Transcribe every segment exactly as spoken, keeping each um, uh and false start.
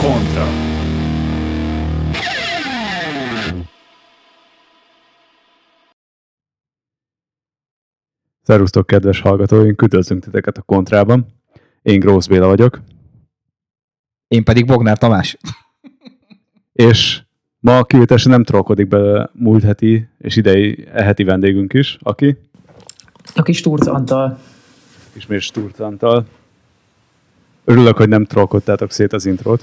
Kontra. Szervusztok, kedves hallgatóink! Üdvözlünk titeket a Kontrában. Én Grósz Béla vagyok. Én pedig Bognár Tamás. És ma kivételesen nem trollkodik bele múlt heti és idei heti vendégünk is, aki? A kis Turc Antal. Ismét Turc Antal. Örülök, hogy nem trollkodtátok szét az intrót.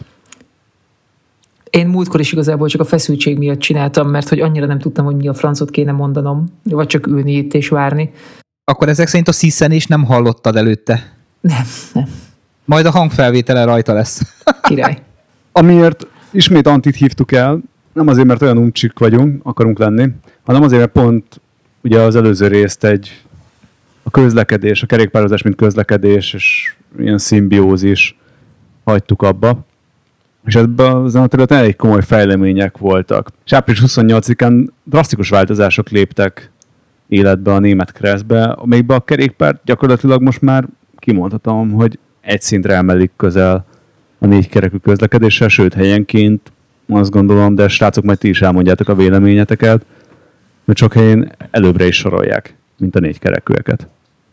Én múltkor is igazából csak a feszültség miatt csináltam, mert hogy annyira nem tudtam, hogy mi a francot kéne mondanom, vagy csak ülni itt és várni. Akkor ezek szerint a sziszenést nem hallottad előtte? Nem, nem. Majd a hangfelvétele rajta lesz. Király. Amiért ismét Antit hívtuk el, nem azért, mert olyan uncsik vagyunk, akarunk lenni, hanem azért, mert pont ugye az előző részt egy a közlekedés, a kerékpározás, mint közlekedés, és ilyen szimbiózis hagytuk abba. És ebben az a területen elég komoly fejlemények voltak. És április huszonnyolcadikán drasztikus változások léptek életbe a német keresztbe, amelyikben a kerékpár gyakorlatilag most már kimondhatom, hogy egy szintre emelik közel a négykerekű közlekedéssel, sőt helyenként azt gondolom, de srácok, majd ti is elmondjátok a véleményeteket, hogy sok helyen előbbre is sorolják, mint a négykerekűeket.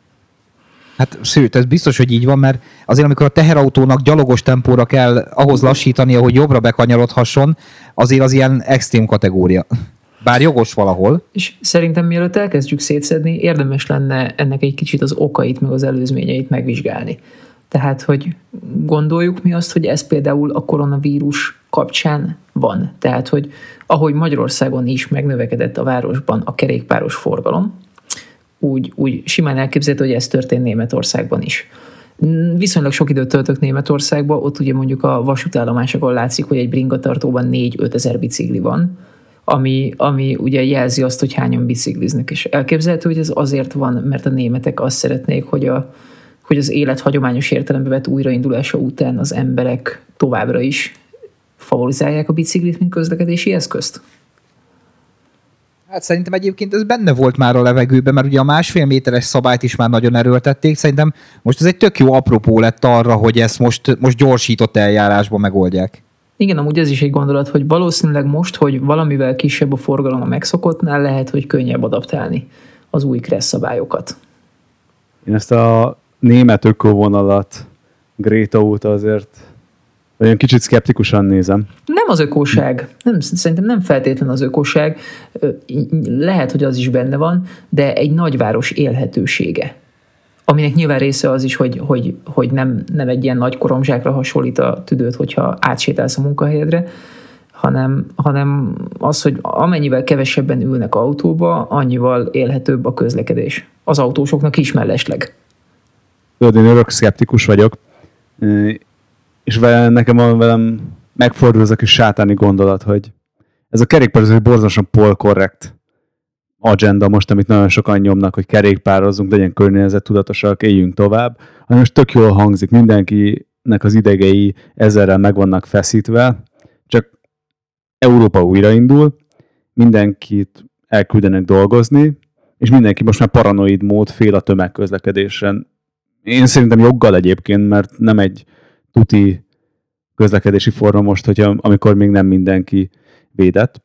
Hát sőt, ez biztos, hogy így van, mert azért amikor a teherautónak gyalogos tempóra kell ahhoz lassítania, hogy jobbra bekanyarodhasson, azért az ilyen extrém kategória. Bár jogos valahol. És szerintem mielőtt elkezdjük szétszedni, érdemes lenne ennek egy kicsit az okait, meg az előzményeit megvizsgálni. Tehát, hogy gondoljuk mi azt, hogy ez például a koronavírus kapcsán van. Tehát, hogy ahogy Magyarországon is megnövekedett a városban a kerékpáros forgalom, úgy, úgy simán elképzelhető, hogy ez történt Németországban is. Viszonylag sok időt töltök Németországban, ott ugye mondjuk a vasútállomásokon látszik, hogy egy bringatartóban négy-öt ezer bicikli van, ami, ami ugye jelzi azt, hogy hányan bicikliznek. És elképzelhető, hogy ez azért van, mert a németek azt szeretnék, hogy, a, hogy az élet hagyományos értelembe vett újraindulása után az emberek továbbra is favorizálják a biciklit, mint közlekedési eszközt. Hát szerintem egyébként ez benne volt már a levegőben, mert ugye a másfél méteres szabályt is már nagyon erőltették. Szerintem most ez egy tök jó apropó lett arra, hogy ezt most, most gyorsított eljárásban megoldják. Igen, amúgy ez is egy gondolat, hogy valószínűleg most, hogy valamivel kisebb a forgalom a megszokottnál, lehet, hogy könnyebb adaptálni az új kressz szabályokat. Én ezt a német ökovonalat, Greta óta azért olyan kicsit szkeptikusan nézem. Nem az ökóság. Nem, szerintem nem feltétlen az ökóság. Lehet, hogy az is benne van, de egy nagyváros élhetősége. Aminek nyilván része az is, hogy, hogy, hogy nem, nem egy ilyen nagy koromzsákra hasonlít a tüdőt, hogyha átsétálsz a munkahelyedre, hanem, hanem az, hogy amennyivel kevesebben ülnek autóba, annyival élhetőbb a közlekedés. Az autósoknak is mellesleg. Tudod, én örök szkeptikus vagyok, és nekem van velem megfordul az a kis sátáni gondolat, hogy ez a kerékpározó borzalmasan polkorrekt agenda most, amit nagyon sokan nyomnak, hogy kerékpározzunk, legyen környezettudatosak, éljünk tovább, hanem most tök jól hangzik, mindenkinek az idegei ezerrel meg vannak feszítve, csak Európa újraindul, mindenkit elküldenek dolgozni, és mindenki most már paranoid mód fél a tömegközlekedésen. Én szerintem joggal egyébként, mert nem egy tuti közlekedési forma most, hogyha, amikor még nem mindenki védett.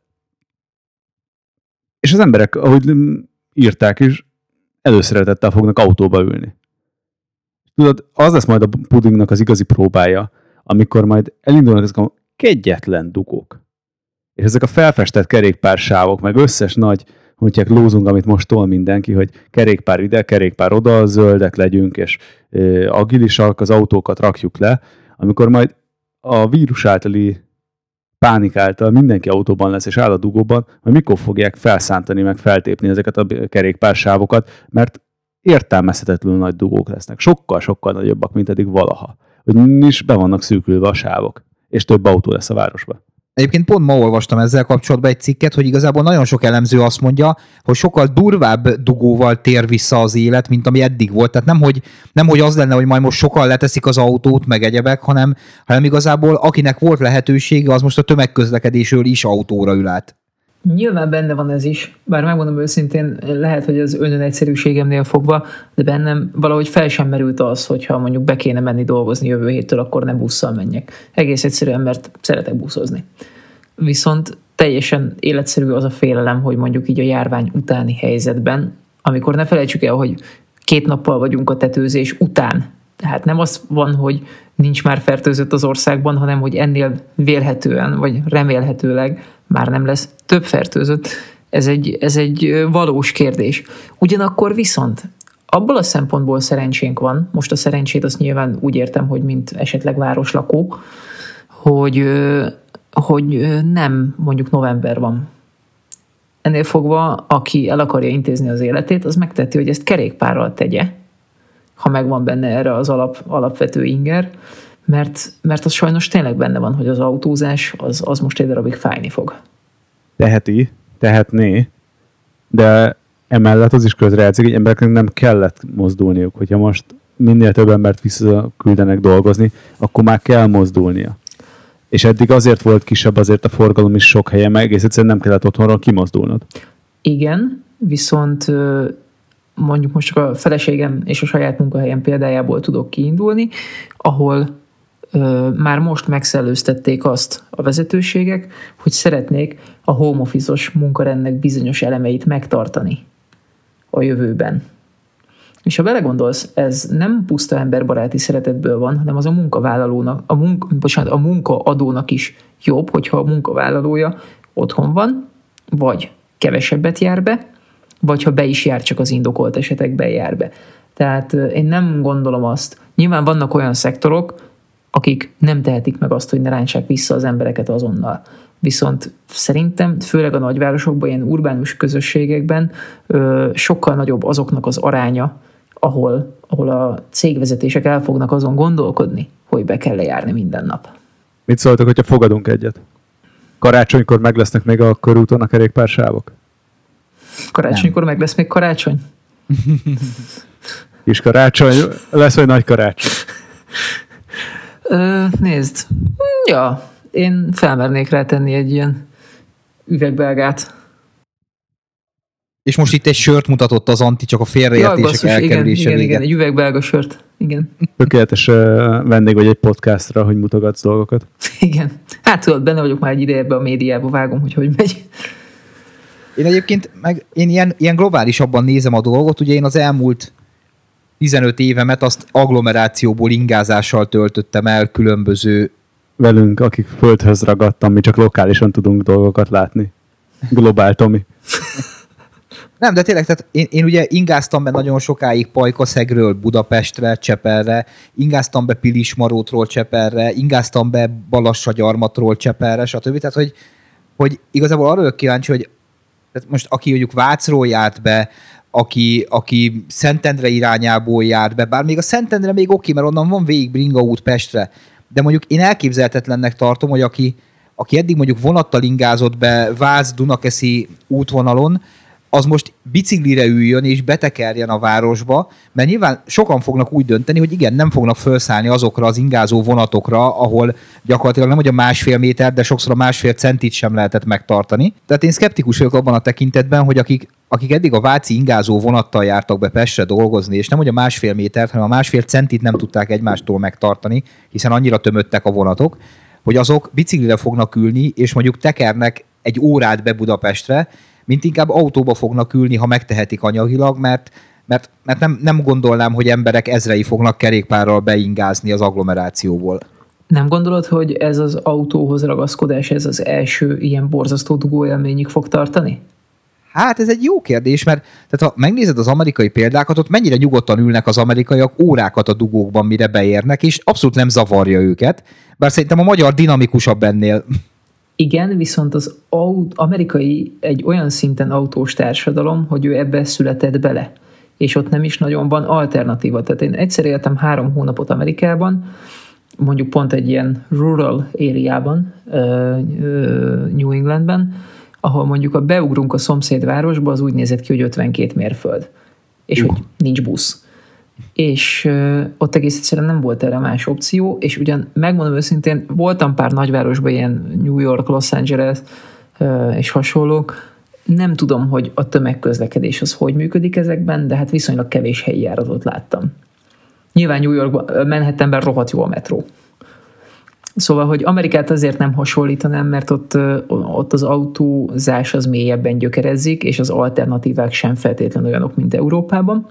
És az emberek, ahogy írták is, előszeretettel fognak autóba ülni. Tudod, az lesz majd a pudingnak az igazi próbája, amikor majd elindulnak ezek a kegyetlen dugók. És ezek a felfestett kerékpársávok, meg összes nagy, mondják, lózunk, amit most tol mindenki, hogy kerékpár ide, kerékpár oda, zöldek legyünk, és e, agilisak, az autókat rakjuk le, amikor majd a vírus általi pánik által mindenki autóban lesz, és áll a dugóban, hogy mikor fogják felszántani, meg feltépni ezeket a kerékpársávokat, mert értelmezhetetlenül nagy dugók lesznek. Sokkal-sokkal nagyobbak, mint eddig valaha. Hogy is be vannak szűkülve a sávok, és több autó lesz a városban. Egyébként pont ma olvastam ezzel kapcsolatban egy cikket, hogy igazából nagyon sok elemző azt mondja, hogy sokkal durvább dugóval tér vissza az élet, mint ami eddig volt. Tehát nem, hogy, nem, hogy az lenne, hogy majd most sokan leteszik az autót, meg egyebek, hanem, hanem igazából akinek volt lehetősége, az most a tömegközlekedésről is autóra ül át. Nyilván benne van ez is, bár megmondom őszintén, lehet, hogy az önön egyszerűségemnél fogva, de bennem valahogy fel sem merült az, hogyha mondjuk be kéne menni dolgozni jövő héttől, akkor ne busszal menjek. Egész egyszerűen, mert szeretek buszozni. Viszont teljesen életszerű az a félelem, hogy mondjuk így a járvány utáni helyzetben, amikor ne felejtsük el, hogy két nappal vagyunk a tetőzés után. Tehát nem az van, hogy nincs már fertőzött az országban, hanem hogy ennél vélhetően, vagy remélhetőleg már nem lesz több fertőzött. Ez egy, ez egy valós kérdés. Ugyanakkor viszont abból a szempontból szerencsénk van, most a szerencsét azt nyilván úgy értem, hogy mint esetleg városlakó, hogy, hogy nem mondjuk november van. Ennél fogva, aki el akarja intézni az életét, az megteheti, hogy ezt kerékpárral tegye, ha megvan benne erre az alap, alapvető inger, mert, mert az sajnos tényleg benne van, hogy az autózás az, az most egy darabig fájni fog. Teheti, tehetné, de emellett az is közrejátszik, hogy embereknek nem kellett mozdulniuk. Hogyha most minél több embert visszaküldenek dolgozni, akkor már kell mozdulnia. És eddig azért volt kisebb azért a forgalom is sok helyen, meg egész egyszerűen nem kellett otthonról kimozdulnod. Igen, viszont mondjuk most csak a feleségem és a saját munkahelyem példájából tudok kiindulni, ahol ö, már most megszellőztették azt a vezetőségek, hogy szeretnék a home office-os munkarendnek bizonyos elemeit megtartani a jövőben. És ha belegondolsz, ez nem puszta emberbaráti szeretetből van, hanem az a munkavállalónak, a, munka, bocsánat, a munkaadónak is jobb, hogyha a munkavállalója otthon van, vagy kevesebbet jár be, vagy ha be is jár, csak az indokolt esetekben jár be. Tehát én nem gondolom azt. Nyilván vannak olyan szektorok, akik nem tehetik meg azt, hogy ne rántsák vissza az embereket azonnal. Viszont szerintem, főleg a nagyvárosokban, ilyen urbánus közösségekben sokkal nagyobb azoknak az aránya, ahol, ahol a cégvezetések el fognak azon gondolkodni, hogy be kell lejárni minden nap. Mit szóltok, hogyha fogadunk egyet? Karácsonykor meg lesznek még a körúton a kerékpársávok? Karácsonykor meg lesz még karácsony? Kis karácsony, lesz vagy nagy karácsony? Ö, nézd, ja, én felmernék rá tenni egy ilyen üvegbelgát. És most itt egy sört mutatott az Anti, csak a félreértések ja, basszus, elkerülése igen, igen, véget. igen, egy üvegbelga sört. Igen. Tökéletes uh, vendég vagy egy podcastra, hogy mutogatsz dolgokat. Igen. Hát tudod, benne vagyok már egy ideje ebbe a médiába, vágom, hogy hogy megy. Én egyébként meg én ilyen, ilyen globálisabban nézem a dolgot, ugye én az elmúlt tizenöt évemet azt agglomerációból ingázással töltöttem el különböző... Velünk, akik földhöz ragadtam, mi csak lokálisan tudunk dolgokat látni. Globál Tomi. Nem, de tényleg, tehát én, én ugye ingáztam be nagyon sokáig Pajkaszegről Budapestre, Csepelre, ingáztam be Pilismarótról Csepelre, ingáztam be Balassagyarmatról Csepelre, stb. Tehát, hogy, hogy igazából arra vagyok kíváncsi, hogy tehát most aki mondjuk Vácról járt be, aki, aki Szentendre irányából járt be, bár még a Szentendre még oké, mert onnan van végig bringa út Pestre, de mondjuk én elképzelhetetlennek tartom, hogy aki, aki eddig mondjuk vonattal ingázott be Vácz-Dunakeszi útvonalon, az most biciklire üljön és betekerjen a városba, mert nyilván sokan fognak úgy dönteni, hogy igen, nem fognak felszállni azokra az ingázó vonatokra, ahol gyakorlatilag nem hogy a másfél méter, de sokszor a másfél centit sem lehetett megtartani. Tehát én szkeptikus vagyok abban a tekintetben, hogy akik, akik eddig a váci ingázó vonattal jártak be Pestre dolgozni, és nem hogy a másfél métert, hanem a másfél centit nem tudták egymástól megtartani, hiszen annyira tömöttek a vonatok, hogy azok biciklire fognak ülni, és mondjuk tekernek egy órát be Budapestre, mint inkább autóba fognak ülni, ha megtehetik anyagilag, mert, mert, mert nem, nem gondolnám, hogy emberek ezrei fognak kerékpárral beingázni az agglomerációból. Nem gondolod, hogy ez az autóhoz ragaszkodás, ez az első ilyen borzasztó dugó élményig fog tartani? Hát ez egy jó kérdés, mert tehát ha megnézed az amerikai példákat, ott mennyire nyugodtan ülnek az amerikaiak órákat a dugókban, mire beérnek, és abszolút nem zavarja őket, bár szerintem a magyar dinamikusabb ennél. Igen, viszont az aut- amerikai egy olyan szinten autós társadalom, hogy ő ebbe született bele. És ott nem is nagyon van alternatíva. Tehát én egyszer éltem három hónapot Amerikában, mondjuk pont egy ilyen rural areában, New Englandben, ahol mondjuk a beugrunk a szomszédvárosba, az úgy nézett ki, hogy ötvenkét mérföld. És uh. hogy nincs busz. És uh, ott egész egyszerűen nem volt erre más opció, és ugyan megmondom őszintén, voltam pár nagyvárosban, ilyen New York, Los Angeles, és hasonlók. Nem tudom, hogy a tömegközlekedés az hogy működik ezekben, de hát viszonylag kevés helyi járatot láttam. Nyilván New Yorkban, Manhattanben rohadt jó a metró. Szóval, hogy Amerikát azért nem hasonlítanám, mert ott, ott az autózás az mélyebben gyökerezzik, és az alternatívák sem feltétlenül olyanok, mint Európában.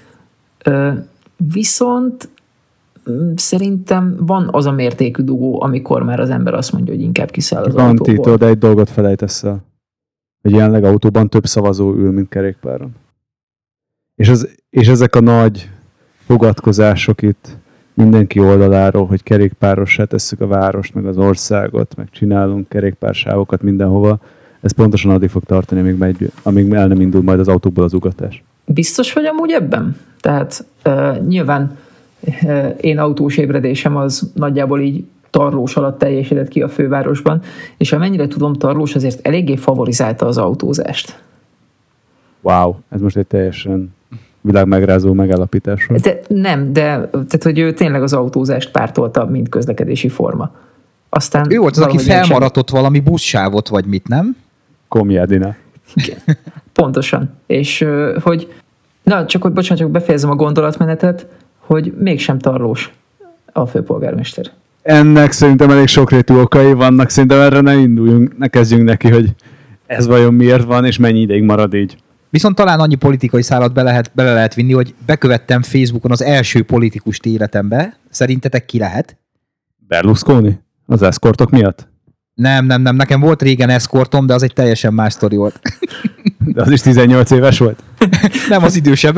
Viszont szerintem van az a mértékű dugó, amikor már az ember azt mondja, hogy inkább kiszáll az Antti, autóból. de egy dolgot felejtesz el. Hogy jelenleg autóban több szavazó ül, mint kerékpáron. És, az, és ezek a nagy fogadkozások itt mindenki oldaláról, hogy kerékpárossá tesszük a várost, meg az országot, meg csinálunk kerékpársávokat mindenhova, ez pontosan addig fog tartani, amíg, megy, amíg el nem indul majd az autókból az ugatás. Biztos vagy amúgy ebben? Tehát uh, nyilván uh, én autós ébredésem az nagyjából így Tarlós alatt teljesedett ki a fővárosban, és amennyire tudom, Tarlós azért eléggé favorizálta az autózást. Wow, ez most egy teljesen világmegrázó megállapítás. De nem, de tehát, hogy ő tényleg az autózást pártolta, mint közlekedési forma. Aztán ő volt az, aki felmaradt sem... valami buszsávot, vagy mit, nem? Komjádina. Pontosan. És hogy, na csak hogy bocsánat, csak befejezem a gondolatmenetet, hogy mégsem Tarlós a főpolgármester. Ennek szerintem elég sokrétű okai vannak, szerintem erre ne induljunk, ne kezdjünk neki, hogy ez vajon miért van, és mennyi ideig marad így. Viszont talán annyi politikai szállat be lehet, bele lehet vinni, hogy bekövettem Facebookon az első politikust életembe. Szerintetek ki lehet? Berlusconi? Az eszkortok miatt? Nem, nem, nem. Nekem volt régen eszkortom, de az egy teljesen más sztori volt. De az is tizennyolc éves volt? Nem, az idősebb.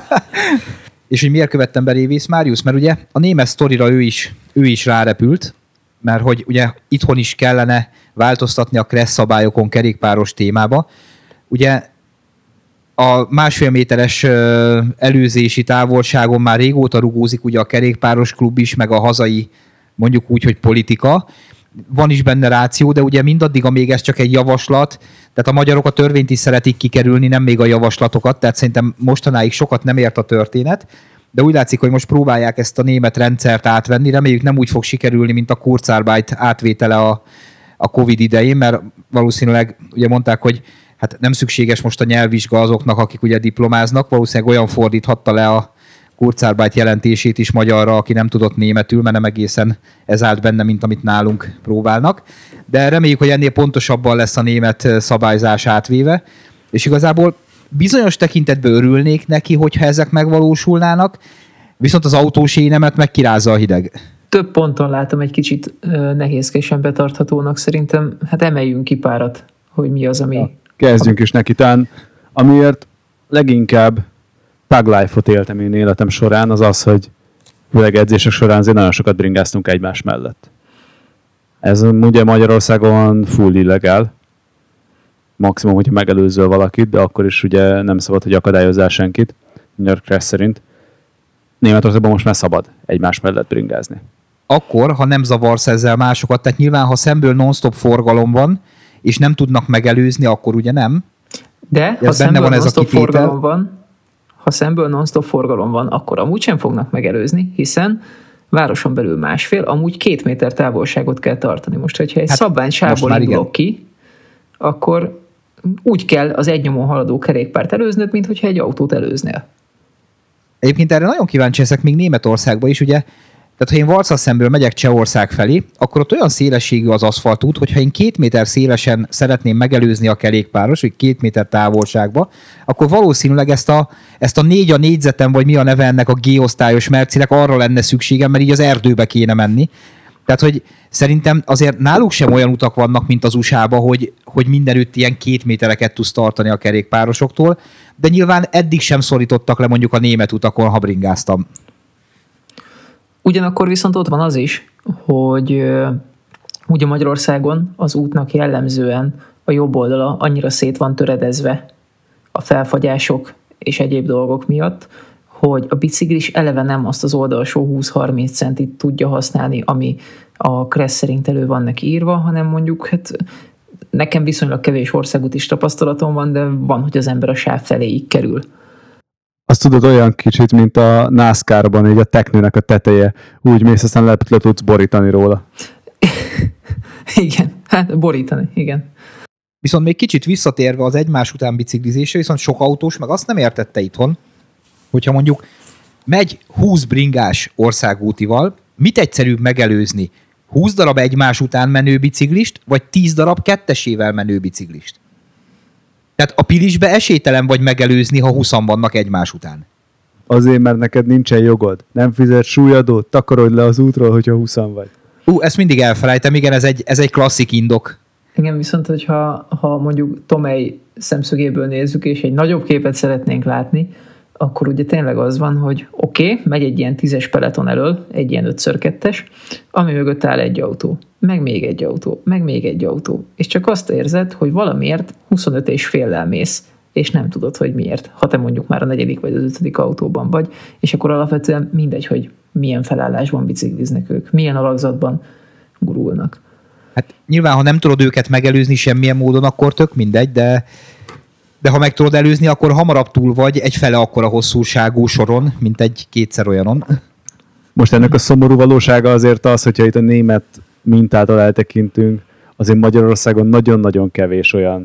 És hogy miért követtem be Révész Máriusz? Mert ugye a némes sztorira ő is, ő is rárepült, mert hogy ugye itthon is kellene változtatni a kressz szabályokon kerékpáros témába. Ugye a másfél méteres előzési távolságon már régóta rugózik ugye a kerékpáros klub is, meg a hazai, mondjuk úgy, hogy politika. Van is benne ráció, de ugye mindaddig, amíg ez csak egy javaslat, tehát a magyarok a törvényt is szeretik kikerülni, nem még a javaslatokat, tehát szerintem mostanáig sokat nem ért a történet, de úgy látszik, hogy most próbálják ezt a német rendszert átvenni, reméljük nem úgy fog sikerülni, mint a Kurzarbeit átvétele a, a Covid idején, mert valószínűleg ugye mondták, hogy hát nem szükséges most a nyelvvizsga azoknak, akik ugye diplomáznak, valószínűleg olyan fordíthatta le a Kurzarbeit jelentését is magyarra, aki nem tudott németül, mert nem egészen ez állt benne, mint amit nálunk próbálnak. De reméljük, hogy ennél pontosabban lesz a német szabályzás átvéve, és igazából bizonyos tekintetben örülnék neki, hogyha ezek megvalósulnának, viszont az autós énemet meg kirázza a hideg. Több ponton látom egy kicsit nehézkésen betarthatónak, szerintem hát emeljünk ki párat, hogy mi az, ami... Ja, kezdjünk is neki, tán amiért leginkább tag life-ot éltem én életem során, az az, hogy főleg edzések során azért nagyon sokat bringáztunk egymás mellett. Ez ugye Magyarországon full illegál. Maximum, hogyha megelőzöl valakit, de akkor is ugye nem szabad, hogy akadályozzál senkit. New York szerint. Németországban most már szabad egymás mellett bringázni. Akkor, ha nem zavarsz ezzel másokat, tehát nyilván, ha szemből non-stop forgalom van, és nem tudnak megelőzni, akkor ugye nem. De, ha szemből non-stop forgalom van, ha szemből non-stop forgalom van, akkor amúgy sem fognak megelőzni, hiszen városon belül másfél, amúgy két méter távolságot kell tartani. Most, hogyha egy hát szabványsávból indulok ki, akkor úgy kell az egynyomon haladó kerékpárt előznöd, mint hogyha egy autót előznél. Egyébként erre nagyon kíváncsi leszek még Németországban is, ugye, tehát ha én Varca szemből megyek Csehország felé, akkor ott olyan szélességű az aszfaltút, hogyha én két méter szélesen szeretném megelőzni a kerékpáros, vagy két méter távolságba, akkor valószínűleg ezt a, ezt a négy a négyzetem, vagy mi a neve ennek a G-osztályos Mercinek arra lenne szükségem, mert így az erdőbe kéne menni. Tehát, hogy szerintem azért náluk sem olyan utak vannak, mint az u es á-ba, hogy, hogy mindenütt ilyen két métereket tudsz tartani a kerékpárosoktól, de nyilván eddig sem szorítottak le mondjuk a német utakon, ha bringáztam. Ugyanakkor viszont ott van az is, hogy ugye Magyarországon az útnak jellemzően a jobb oldala annyira szét van töredezve a felfagyások és egyéb dolgok miatt, hogy a biciklis eleve nem azt az oldalsó húsz-harminc centit tudja használni, ami a kressz szerint elő van neki írva, hanem mondjuk, hát nekem viszonylag kevés országút is tapasztalatom van, de van, hogy az ember a sáv feléig kerül. Azt tudod, olyan kicsit, mint a NASCAR-ban, így a teknőnek a teteje. Úgy mész, aztán le, le tudsz borítani róla. Igen, hát borítani, igen. Viszont még kicsit visszatérve az egymás után biciklizésre, viszont sok autós meg azt nem értette itthon, hogyha mondjuk megy húsz bringás országútival, mit egyszerűbb megelőzni? húsz darab egymás után menő biciklist, vagy tíz darab kettesével menő biciklist? Tehát a Pilisbe esélytelen vagy megelőzni, ha húszan vannak egymás után. Azért, mert neked nincsen jogod. Nem fizet súlyadót, takarodj le az útról, hogyha húszan vagy. Ú, ezt mindig elfelejtem, igen, ez egy, ez egy klasszik indok. Igen, viszont hogyha ha mondjuk Tomei szemszögéből nézzük, és egy nagyobb képet szeretnénk látni, akkor ugye tényleg az van, hogy oké, okay, megy egy ilyen tízes peleton elől, egy ilyen ötször kettes, ami mögött áll egy autó, meg még egy autó, meg még egy autó. És csak azt érzed, hogy valamiért huszonöt és féllel mész, és nem tudod, hogy miért, ha te mondjuk már a negyedik vagy az ötödik autóban vagy, és akkor alapvetően mindegy, hogy milyen felállásban bicikliznek ők, milyen alakzatban gurulnak. Hát nyilván, ha nem tudod őket megelőzni semmilyen módon, akkor tök mindegy, de, de ha meg tudod előzni, akkor hamarabb túl vagy egy fele akkora hosszúságú soron, mint egy kétszer olyanon. Most ennek a szomorú valósága azért az, hogyha itt a német mintától eltekintünk, azért Magyarországon nagyon-nagyon kevés olyan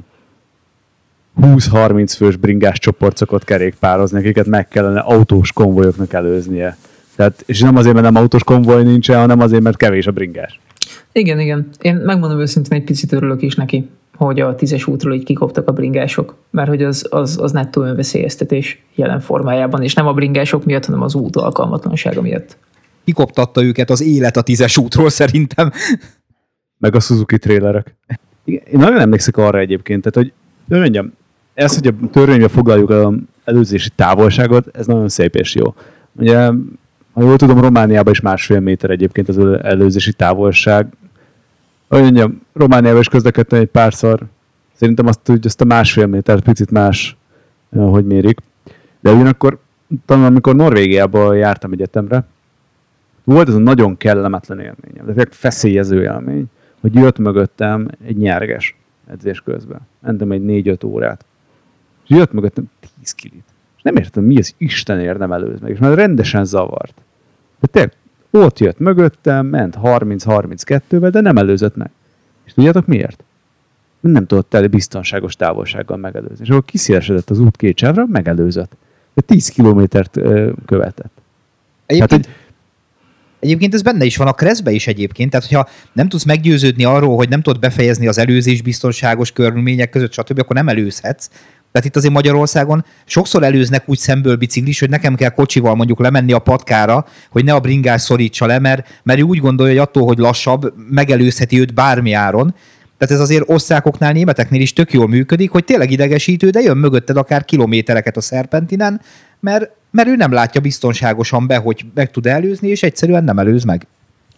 húsz-harminc fős bringás csoport szokott kerékpározni, akiket meg kellene autós konvojoknak előznie. Tehát, és nem azért, mert nem autós konvoj nincsen, hanem azért, mert kevés a bringás. Igen, igen. Én megmondom őszintén, egy picit örülök is neki, hogy a tízes útról így kikoptak a bringások, mert hogy az, az, az nettó önveszélyeztetés jelen formájában, és nem a bringások miatt, hanem az út alkalmatlansága miatt. Kikoptatta őket az élet a tízes útról szerintem. Meg a Suzuki trélerek. Én nagyon emlékszek arra egyébként, tehát, hogy mondjam, ez, hogy a törvénybe foglaljuk az előzési távolságot, ez nagyon szép és jó. Ugye, ha jól tudom, Romániában is másfél méter egyébként az előzési távolság. Ahogy mondjam, Romániában is közlekedtem egy párszor. Szerintem azt, hogy azt a másfél méter picit más, hogy mérik. De ugyanakkor, talán amikor Norvégiában jártam egyetemre, volt ez a nagyon kellemetlen élményem, de feszélyező élmény, hogy jött mögöttem egy nyerges edzés közben. Mentem egy négy-öt órát. És jött mögöttem tíz kilit. És nem értem, mi az Istenért nem előz meg. És már rendesen zavart. De tényleg, ott jött mögöttem, ment harminc-harminckettővel, de nem előzött meg. És tudjátok miért? Nem tudott el biztonságos távolsággal megelőzni. És akkor kiszélesedett az út két sávra, megelőzött. De tíz kilométert követett. Egyébként, hát, hogy... egyébként ez benne is van, a Creszbe is egyébként, tehát hogyha nem tudsz meggyőződni arról, hogy nem tudod befejezni az előzés biztonságos körülmények között, stb., akkor nem előzhetsz. Tehát itt azért Magyarországon sokszor előznek úgy szemből biciklis, hogy nekem kell kocsival mondjuk lemenni a patkára, hogy ne a bringás szorítsa le, mert, mert ő úgy gondolja, hogy attól, hogy lassabb, megelőzheti őt bármi áron. Tehát ez azért osztrákoknál, németeknél is tök jól működik, hogy tényleg idegesítő, de jön mögötted akár kilométereket a szerpentinen, mert, mert ő nem látja biztonságosan be, hogy meg tud előzni, és egyszerűen nem előz meg.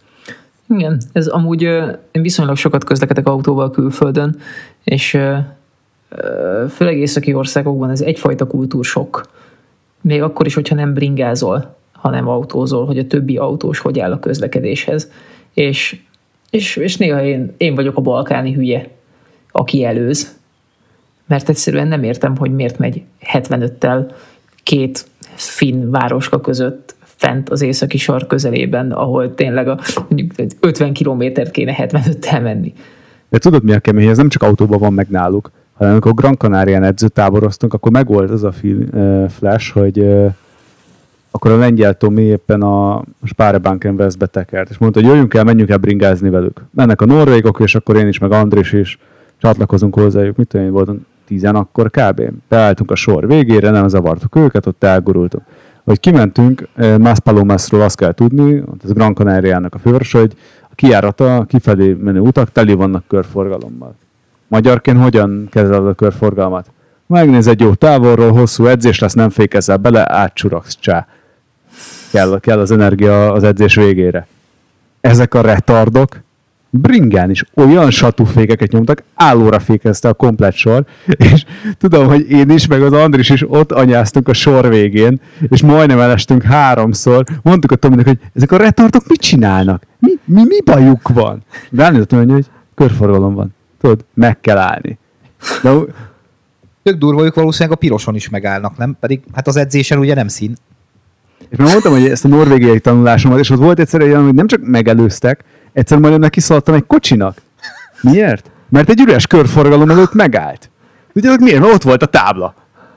Igen, ez amúgy én viszonylag sokat közlekedek autóval külföldön, és főleg északi országokban ez egyfajta kultúrsokk. Még akkor is, hogyha nem bringázol, hanem autózol, hogy a többi autós hogy áll a közlekedéshez. És, és, és néha én, én vagyok a balkáni hülye, aki előz. Mert egyszerűen nem értem, hogy miért megy hetvenöttel két finn városka között fent az északi sark közelében, ahol tényleg a, mondjuk ötven kilométert kéne hetvenöttel menni. De tudod, mi a kemény? Ez nem csak autóban van meg náluk, hanem amikor Gran Canarián edzőtáboroztunk, akkor megvolt az a flash, hogy uh, akkor a lengyel Tomi éppen a Sparebanken Westbe tekert, és mondta, hogy jöjjünk el, menjünk el bringázni velük. Mennek a norvégok, és akkor én is, meg Andris is csatlakozunk hozzájuk, mit tudom én, voltunk tízen akkor kb. Beálltunk a sor végére, nem zavartuk őket, ott elgurultunk. Hogy kimentünk, Maspalomasról azt kell tudni, az Gran Canariának a fővárosa, hogy a kijárata, kifelé menő utak teli vannak körforgalommal. Magyarként hogyan kezeled a körforgalmat? Megnéz egy jó távolról, hosszú edzés lesz, nem fékezel bele, átcsuraksz, csá. Kell, kell az energia az edzés végére. Ezek a retardok bringán is olyan satúfékeket nyomtak, állóra fékezte a komplett sor, és tudom, hogy én is, meg az Andris is ott anyáztunk a sor végén, és majdnem elestünk háromszor. Mondtuk a Tominak, hogy ezek a retardok mit csinálnak? Mi, mi, mi bajuk van? De elnézett mondja, hogy körforgalom van. Tudod, meg kell állni. De... Tök durva, ők valószínűleg a piroson is megállnak, nem? Pedig hát az edzésen ugye nem szín. És már mondtam, hogy ezt a norvégiai tanulásomat, és ott volt egyszer olyan, hogy nem csak megelőztek, egyszerűen majdnem neki szaladtam egy kocsinak. Miért? Mert egy üres körforgalom előtt megállt. Tudjátok miért? Mert ott volt a tábla.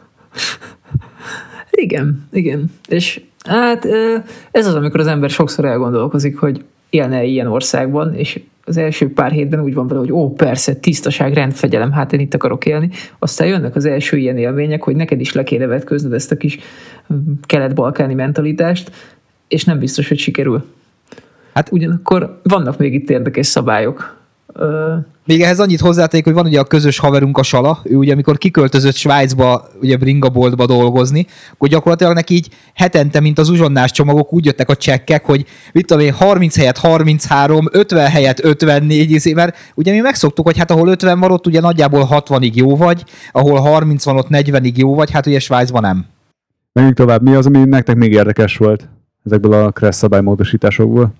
Igen, igen. És hát ez az, amikor az ember sokszor elgondolkozik, hogy élne ilyen országban, és az első pár hétben úgy van vele, hogy ó, persze, tisztaság, rendfegyelem, hát én itt akarok élni. Aztán jönnek az első ilyen élmények, hogy neked is le kéne vetköznöd ezt a kis kelet-balkáni mentalitást, és nem biztos, hogy sikerül. Hát ugyanakkor vannak még itt érdekes szabályok. Még ehhez annyit hozzáték, hogy van ugye a közös haverunk, a Sala, ő ugye amikor kiköltözött Svájcba, ugye bringaboltba dolgozni, akkor gyakorlatilag neki így hetente, mint az uzsonnás csomagok, úgy jöttek a csekkek, hogy mit tudom én, harminc helyett harminchárom, ötven helyett ötvennégy, mert ugye mi megszoktuk, hogy hát ahol ötven van, ott ugye nagyjából hatvanig jó vagy, ahol harminc van, ott negyvenig jó vagy, hát ugye Svájcban nem. Menjünk tovább. Mi az, ami nektek még érdekes volt ezekből a Kressz szabálymódosításokból?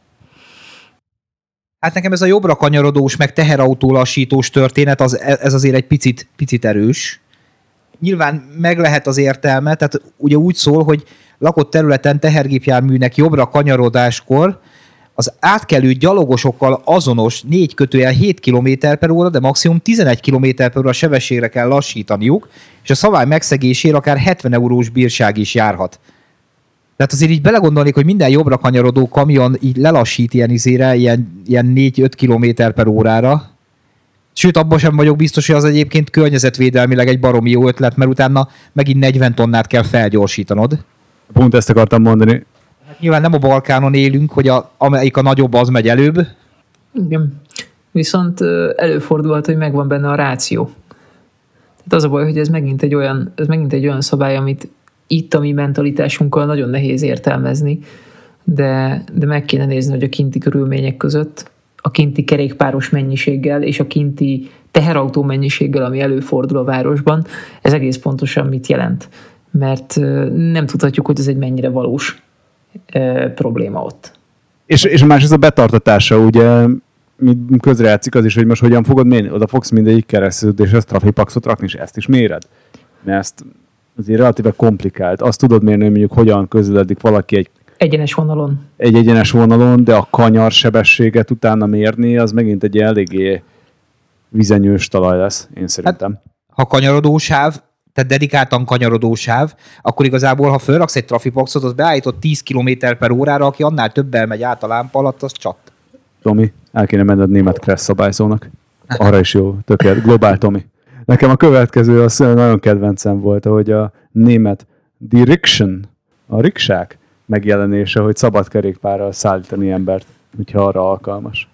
Hát nekem ez a jobbra kanyarodós, meg teherautó lassítós történet, az, ez azért egy picit, picit erős. Nyilván meg lehet az értelme, tehát ugye úgy szól, hogy lakott területen tehergépjárműnek jobbra kanyarodáskor az átkelő gyalogosokkal azonos négy kötőjel hét kilométer per óra, de maximum tizenegy kilométer per óra sebességre kell lassítaniuk, és a szabály megszegésére akár hetven eurós bírság is járhat. Tehát azért így belegondolnék, hogy minden jobbra kanyarodó kamion így lelassít ilyen izére, ilyen, ilyen négy-öt kilométer per órára. Sőt, abban sem vagyok biztos, hogy az egyébként környezetvédelmileg egy baromi jó ötlet, mert utána megint negyven tonnát kell felgyorsítanod. Pont ezt akartam mondani. Hát nyilván nem a Balkánon élünk, hogy a, amelyik a nagyobb, az megy előbb. Igen. Viszont előfordulhat, hogy megvan benne a ráció. Tehát az a baj, hogy ez megint egy olyan, ez megint egy olyan szabály, amit itt a mi mentalitásunkkal nagyon nehéz értelmezni, de, de meg kéne nézni, hogy a kinti körülmények között, a kinti kerékpáros mennyiséggel és a kinti teherautó mennyiséggel, ami előfordul a városban, ez egész pontosan mit jelent. Mert nem tudhatjuk, hogy ez egy mennyire valós e, probléma ott. És, és más ez a betartatása, ugye közrejátszik az is, hogy most hogyan fogod mérni, oda fogsz mindegyik kereszteződéshez trafipaxot rakni, és ezt is méred. Mert ezt azért relatíve komplikált. Azt tudod mérni, hogy mondjuk hogyan közeledik valaki egy egyenes vonalon. Egy egyenes vonalon, de a kanyar sebességet utána mérni, az megint egy eléggé vizenyős talaj lesz, én szerintem. Hát, ha kanyarodósáv, tehát dedikáltan kanyarodósáv, akkor igazából, ha fölraksz egy trafipaxot, az beállított tíz kilométer per órára, aki annál többel megy át a lámpa alatt, az csat. Tomi, el kéne menned német Kressz szabályzónak. Arra is jó, tökélet. Globál Tomi. Nekem a következő az nagyon kedvencem volt, hogy a német Direction, a riksák megjelenése, hogy szabad kerékpárral szállítani embert, hogyha arra alkalmas.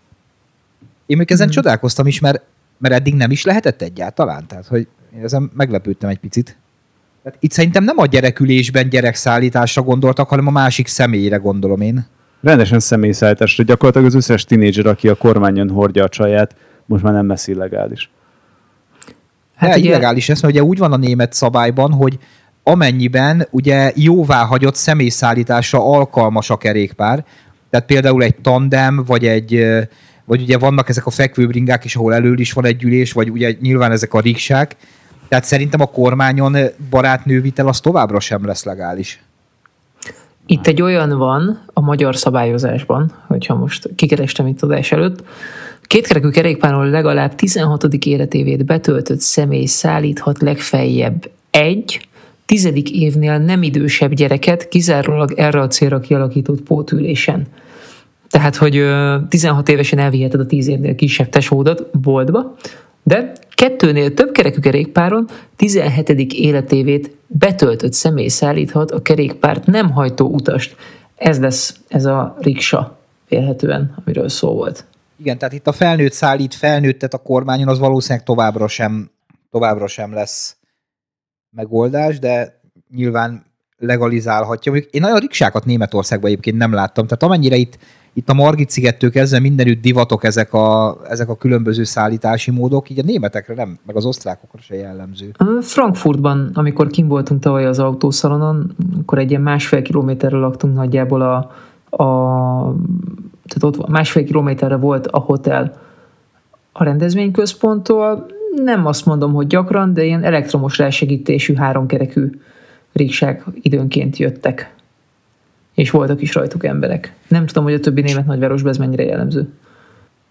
Én még ezen hmm. csodálkoztam is, mert, mert eddig nem is lehetett egyáltalán. Tehát, hogy én ezen meglepődtem egy picit. Tehát itt szerintem nem a gyerekülésben gyerekszállításra gondoltak, hanem a másik személyre gondolom én. Rendesen személyszállításra. Gyakorlatilag az összes tinédzser, aki a kormányon hordja a csaját, most már nem lesz illegális. Hát ugye... illegális lesz, mert ugye úgy van a német szabályban, hogy amennyiben ugye jóváhagyott személyszállításra alkalmas a kerékpár, tehát például egy tandem, vagy egy, vagy ugye vannak ezek a fekvőbringák is, ahol elől is van egy ülés, vagy ugye nyilván ezek a riksák, tehát szerintem a kormányon barátnővitel az továbbra sem lesz legális. Itt egy olyan van a magyar szabályozásban, hogyha most kikerestem itt adás előtt, kétkerekű kerékpáron legalább tizenhatodik életévét betöltött személy szállíthat legfeljebb egy tizedik évnél nem idősebb gyereket kizárólag erre a célra kialakított pótülésen. Tehát, hogy tizenhat évesen elviheted a tíz évnél kisebb tesódat boltba, de kettőnél több kerekű kerékpáron tizenhetedik életévét betöltött személy szállíthat a kerékpárt nem hajtó utast. Ez lesz ez a riksa vélhetően, amiről szó volt. Igen, tehát itt a felnőtt szállít felnőttet a kormányon, az valószínűleg továbbra sem, továbbra sem lesz megoldás, de nyilván legalizálhatja. Én nagyon riksákat Németországban egyébként nem láttam, tehát amennyire itt, itt a Margit-szigettől kezdve mindenütt divatok ezek a, ezek a különböző szállítási módok, így a németekre nem, meg az osztrákokra se jellemző. Frankfurtban, amikor kint voltunk tavaly az autószalonon, akkor egy ilyen másfél kilométerre laktunk nagyjából a, a tehát ott másfél kilométerre volt a hotel a rendezvényközponttól. Nem azt mondom, hogy gyakran, de ilyen elektromos rásegítésű háromkerekű riksák időnként jöttek. És voltak is rajtuk emberek. Nem tudom, hogy a többi német nagyvárosban ez mennyire jellemző.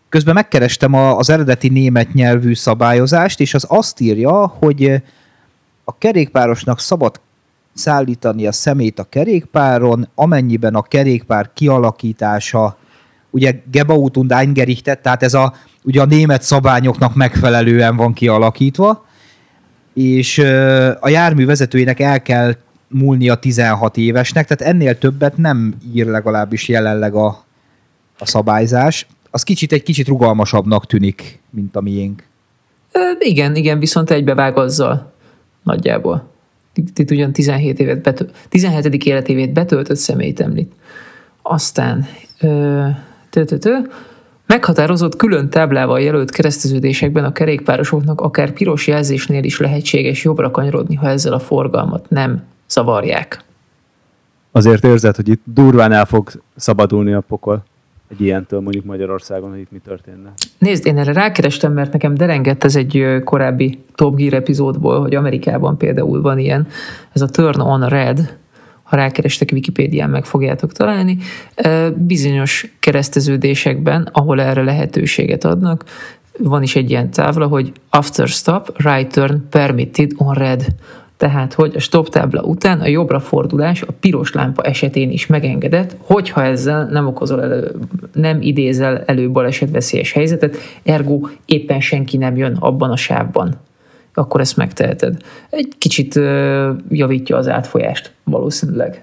közben megkerestem a, az eredeti német nyelvű szabályozást, és az azt írja, hogy a kerékpárosnak szabad szállítani a szemét a kerékpáron, amennyiben a kerékpár kialakítása ugye gebaut und eingerichtet, tehát ez a, ugye a német szabályoknak megfelelően van kialakítva, és a jármű vezetőjének el kell múlnia tizenhat évesnek, tehát ennél többet nem ír legalábbis jelenleg a, a szabályzás. Az kicsit egy kicsit rugalmasabbnak tűnik, mint a miénk. E, igen, igen, viszont egybevág azzal nagyjából. Itt ugyan tizenhét évet betölt, tizenhetedik életévét betöltött személyt említ. Aztán ö, tö, tö, tö, meghatározott külön táblával jelölt kereszteződésekben a kerékpárosoknak akár piros jelzésnél is lehetséges jobbra kanyarodni, ha ezzel a forgalmat nem zavarják. Azért érzed, hogy itt durván el fog szabadulni a pokol egy ilyentől, mondjuk Magyarországon, hogy itt mi történne? Nézd, én erre rákerestem, mert nekem derengett ez egy korábbi Top Gear epizódból, hogy Amerikában például van ilyen, ez a Turn on Red, ha rákerestek Wikipédián, meg fogjátok találni, bizonyos kereszteződésekben, ahol erre lehetőséget adnak, van is egy ilyen tábla, hogy after stop, right turn permitted on red. Tehát, hogy a stop tábla után a jobbra fordulás a piros lámpa esetén is megengedett, hogyha ezzel nem okozol elő, nem idézel elő balesetveszélyes helyzetet, ergo éppen senki nem jön abban a sávban. Akkor ezt megteheted. Egy kicsit uh, javítja az átfolyást valószínűleg.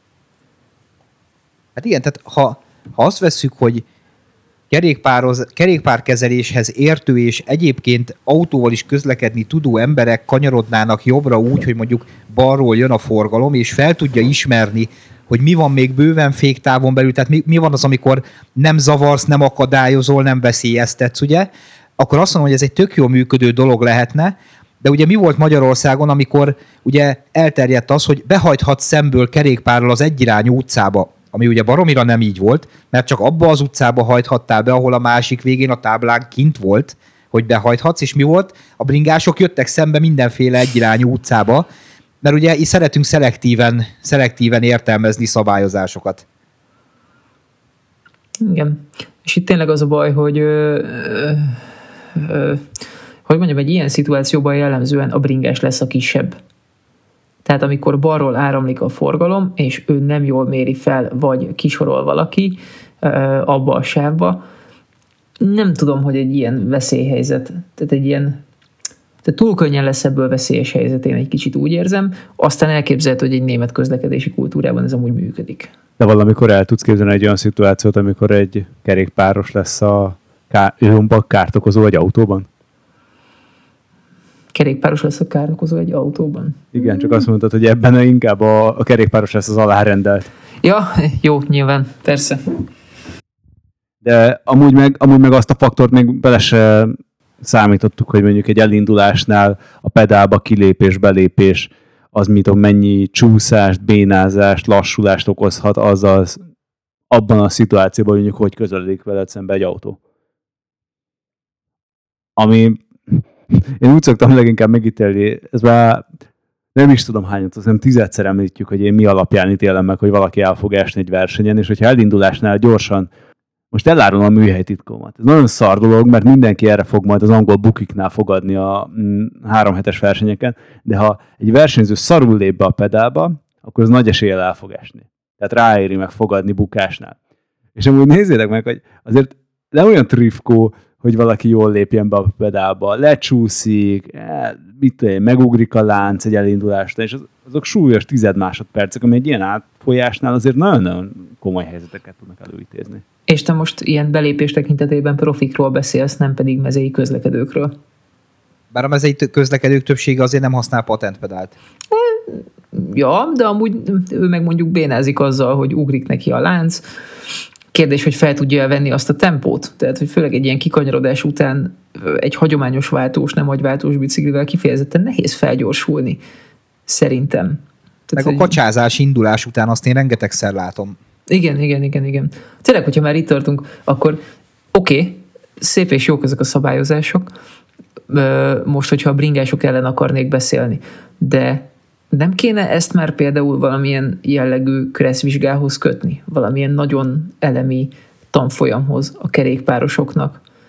Hát igen, tehát ha, ha azt vesszük, hogy kerékpároz, kerékpárkezeléshez értő és egyébként autóval is közlekedni tudó emberek kanyarodnának jobbra úgy, hogy mondjuk balról jön a forgalom, és fel tudja ismerni, hogy mi van még bőven féktávon belül, tehát mi, mi van az, amikor nem zavarsz, nem akadályozol, nem veszélyeztetsz, ugye? Akkor azt mondom, hogy ez egy tök jól működő dolog lehetne, de ugye mi volt Magyarországon, amikor ugye elterjedt az, hogy behajthatsz szemből kerékpárral az egyirányú utcába, ami ugye baromira nem így volt, mert csak abba az utcába hajthattál be, ahol a másik végén a táblán kint volt, hogy behajthatsz, és mi volt? A bringások jöttek szembe mindenféle egyirányú utcába, mert ugye így szeretünk szelektíven, szelektíven értelmezni szabályozásokat. Igen. És itt tényleg az a baj, hogy ö, ö, ö, hogy mondjam, egy ilyen szituációban jellemzően a bringás lesz a kisebb. Tehát amikor balról áramlik a forgalom, és ő nem jól méri fel, vagy kisorol valaki ö, abba a sávba, nem tudom, hogy egy ilyen veszélyhelyzet, tehát egy ilyen, tehát túl könnyen lesz ebből veszélyes helyzet, én egy kicsit úgy érzem, aztán elképzelhető, hogy egy német közlekedési kultúrában ez amúgy működik. De valamikor el tudsz képzelni egy olyan szituációt, amikor egy kerékpáros lesz a ká- kárt okozó egy autóban? Kerékpáros lesz a kárt okozó egy autóban? Igen, csak azt mondtad, hogy ebben inkább a, a kerékpáros lesz az alárendelt. Ja, jó, nyilván, persze. De amúgy meg, amúgy meg azt a faktort még bele se számítottuk, hogy mondjuk egy elindulásnál a pedálba kilépés, belépés, az mit tudom, mennyi csúszást, bénázást, lassulást okozhat, azaz abban a szituációban, mondjuk, hogy közeledik veled szembe egy autó. Ami én úgy szoktam leginkább megítélni, ez már nem is tudom hányat, azt nem tizedszer említjük, hogy én mi alapján ítélem meg, hogy valaki el fog esni egy versenyen, és hogyha elindulásnál gyorsan, most elárulom a műhelytitkomat. Ez nagyon szar dolog, mert mindenki erre fog majd az angol bukiknál fogadni a mm, három hetes versenyeken, de ha egy versenyző szarul lép be a pedálba, akkor az nagy eséllyel el fog esni. Tehát ráéri meg fogadni bukásnál. És amúgy nézzétek meg, hogy azért nem olyan trifkó, hogy valaki jól lépjen be a pedálba, lecsúszik, mit tudom, megugrik a lánc egy elindulásnál, és azok súlyos tized másodpercek, ami egy ilyen átfolyásnál azért nagyon-nagyon komoly helyzeteket tudnak előítézni. És te most ilyen belépés tekintetében profikról beszélsz, nem pedig mezei közlekedőkről. Bár a mezei közlekedők többsége azért nem használ patentpedált. Ja, de amúgy ő meg mondjuk bénázik azzal, hogy ugrik neki a lánc. Kérdés, hogy fel tudja venni azt a tempót. Tehát, hogy főleg egy ilyen kikanyarodás után egy hagyományos váltós, nem agyváltós biciklivel kifejezetten nehéz felgyorsulni. Szerintem. Tehát, meg a kacsázás indulás után azt én rengetegszer látom. Igen, igen, igen, igen. Tényleg, hogyha már itt tartunk, akkor oké, okay, szép és jók ezek a szabályozások. Most, hogyha a bringások ellen akarnék beszélni. De nem kéne ezt már például valamilyen jellegű kresszvizsgához kötni? Valamilyen nagyon elemi tanfolyamhoz a kerékpárosoknak?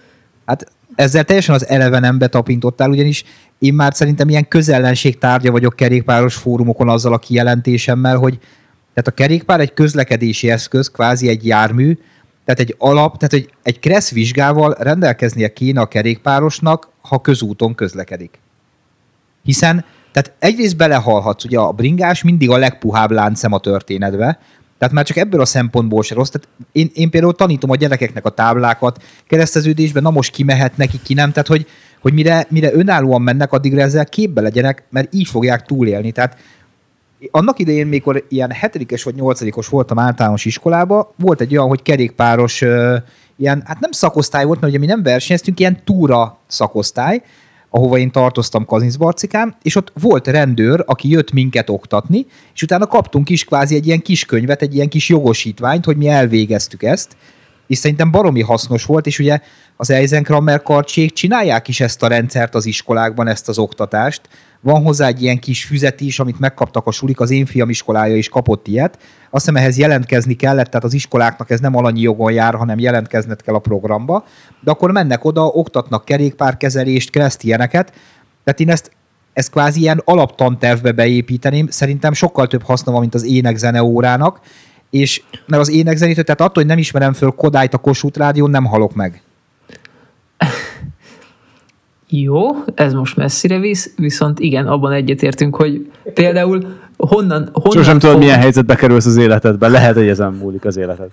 Hát ezzel teljesen az elevenembe tapintottál, ugyanis én már szerintem ilyen közellenség tárgya vagyok kerékpáros fórumokon azzal a kijelentésemmel, hogy tehát a kerékpár egy közlekedési eszköz, kvázi egy jármű, tehát egy alap, tehát egy, egy kressz vizsgával rendelkeznie kéne a kerékpárosnak, ha közúton közlekedik. Hiszen, tehát egyrészt belehalhatsz, ugye a bringás mindig a legpuhább láncszem a történetbe, tehát már csak ebből a szempontból se rossz. Tehát én, én például tanítom a gyerekeknek a táblákat, kereszteződésben, na most ki mehet neki, ki nem, tehát hogy, hogy mire, mire önállóan mennek, addigra ezzel képbe legyenek, mert így fogják túlélni. Tehát annak idején, mikor ilyen hetedikes vagy nyolcadikos voltam általános iskolában, volt egy olyan, hogy kerékpáros, ilyen, hát nem szakosztály volt, mert ugye mi nem versenyeztünk, ilyen túra szakosztály, ahova én tartoztam Kazincbarcikán, és ott volt rendőr, aki jött minket oktatni, és utána kaptunk is kvázi egy ilyen kis könyvet, egy ilyen kis jogosítványt, hogy mi elvégeztük ezt, és szerintem baromi hasznos volt, és ugye az Eisenkramer kartsék csinálják is ezt a rendszert az iskolákban, ezt az oktatást. Van hozzá egy ilyen kis füzet is, amit megkaptak a sulik, az én fiam iskolája is kapott ilyet. Azt hiszem ehhez jelentkezni kellett, tehát az iskoláknak ez nem alanyi jogon jár, hanem jelentkezned kell a programba. De akkor mennek oda, oktatnak kerékpárkezelést, kereszt ilyeneket. Tehát én ezt, ezt kvázi ilyen alaptantervbe beépíteném. Szerintem sokkal több haszna van, mint az ének-zene órának. És mert az énekzenét, tehát attól, hogy nem ismerem föl Kodályt a Kossuth Rádión, nem halok meg. Jó, ez most messzire visz, viszont igen, abban egyetértünk, hogy például honnan... honnan Sosem tudod, fog... milyen helyzetbe kerülsz az életedbe. Lehet, hogy ezen múlik az életed.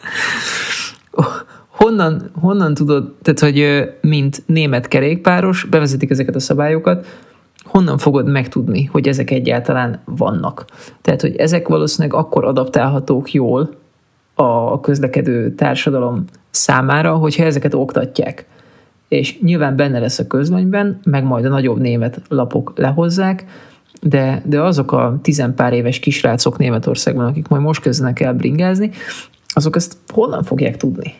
Honnan, honnan tudod, tehát, hogy mint német kerékpáros, bevezetik ezeket a szabályokat, honnan fogod megtudni, hogy ezek egyáltalán vannak? Tehát, hogy ezek valószínűleg akkor adaptálhatók jól a közlekedő társadalom számára, hogyha ezeket oktatják. És nyilván benne lesz a közlönyben, meg majd a nagyobb német lapok lehozzák, de, de azok a tizenpár éves kisrácok Németországban, akik majd most kezdenek el bringázni, azok ezt honnan fogják tudni?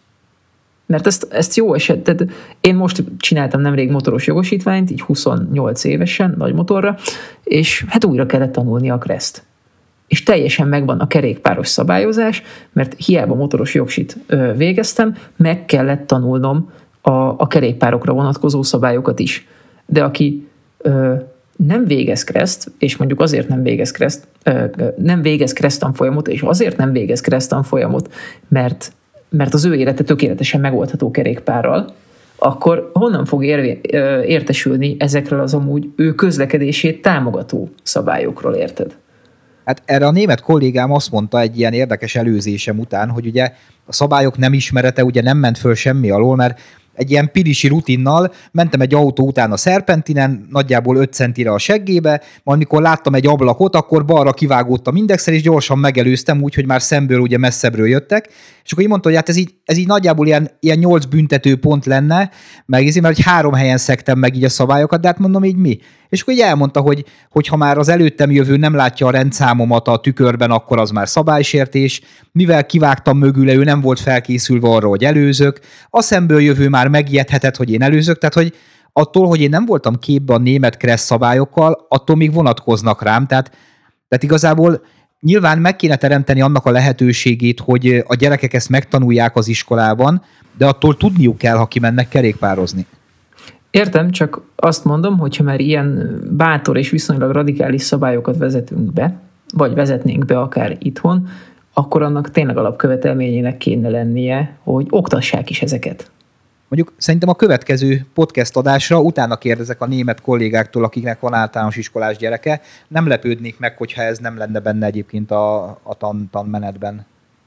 Mert ezt, ezt jó eset, tehát én most csináltam nemrég motoros jogosítványt, így huszonnyolc évesen, nagy motorra, és hát újra kellett tanulni a kreszt. És teljesen megvan a kerékpáros szabályozás, mert hiába motoros jogsit végeztem, meg kellett tanulnom a, a kerékpárokra vonatkozó szabályokat is. De aki ö, nem végez kreszt, és mondjuk azért nem végez kreszt, ö, nem végez kresztanfolyamot, és azért nem végez kresztanfolyamot, mert, mert az ő élete tökéletesen megoldható kerékpárral, akkor honnan fog érvé, ö, értesülni ezekről az amúgy ő közlekedését támogató szabályokról, érted? Hát erre a német kollégám azt mondta egy ilyen érdekes előzésem után, hogy ugye a szabályok nem ismerete ugye nem ment föl semmi alól, mert egy ilyen pilisi rutinnal mentem egy autó után a szerpentinen, nagyjából öt centire a seggébe, majd mikor láttam egy ablakot, akkor balra kivágódtam indexel, és gyorsan megelőztem úgy, hogy már szemből ugye messzebbről jöttek, és akkor így mondta, hogy hát ez így, ez így nagyjából ilyen, ilyen nyolc büntető pont lenne, meg ezért, mert hogy három helyen szektem meg így a szabályokat, de hát mondom így mi? És akkor így elmondta, hogy, hogy ha már az előttem jövő nem látja a rendszámomat a tükörben, akkor az már szabálysértés, mivel kivágtam mögüle, ő nem volt felkészülve arra, hogy előzök, a szemből jövő már megijedhetett, hogy én előzök, tehát hogy attól, hogy én nem voltam képbe a német kressz szabályokkal, attól még vonatkoznak rám, tehát, tehát igazából nyilván meg kéne teremteni annak a lehetőségét, hogy a gyerekek ezt megtanulják az iskolában, de attól tudniuk kell, ha kimennek kerékpározni. Értem, csak azt mondom, hogyha már ilyen bátor és viszonylag radikális szabályokat vezetünk be, vagy vezetnénk be akár itthon, akkor annak tényleg alapkövetelményének kéne lennie, hogy oktassák is ezeket. Mondjuk szerintem a következő podcast adásra utána kérdezek a német kollégáktól, akiknek van általános iskolás gyereke, nem lepődnék meg, hogyha ez nem lenne benne egyébként a, a tan, tanmenetben.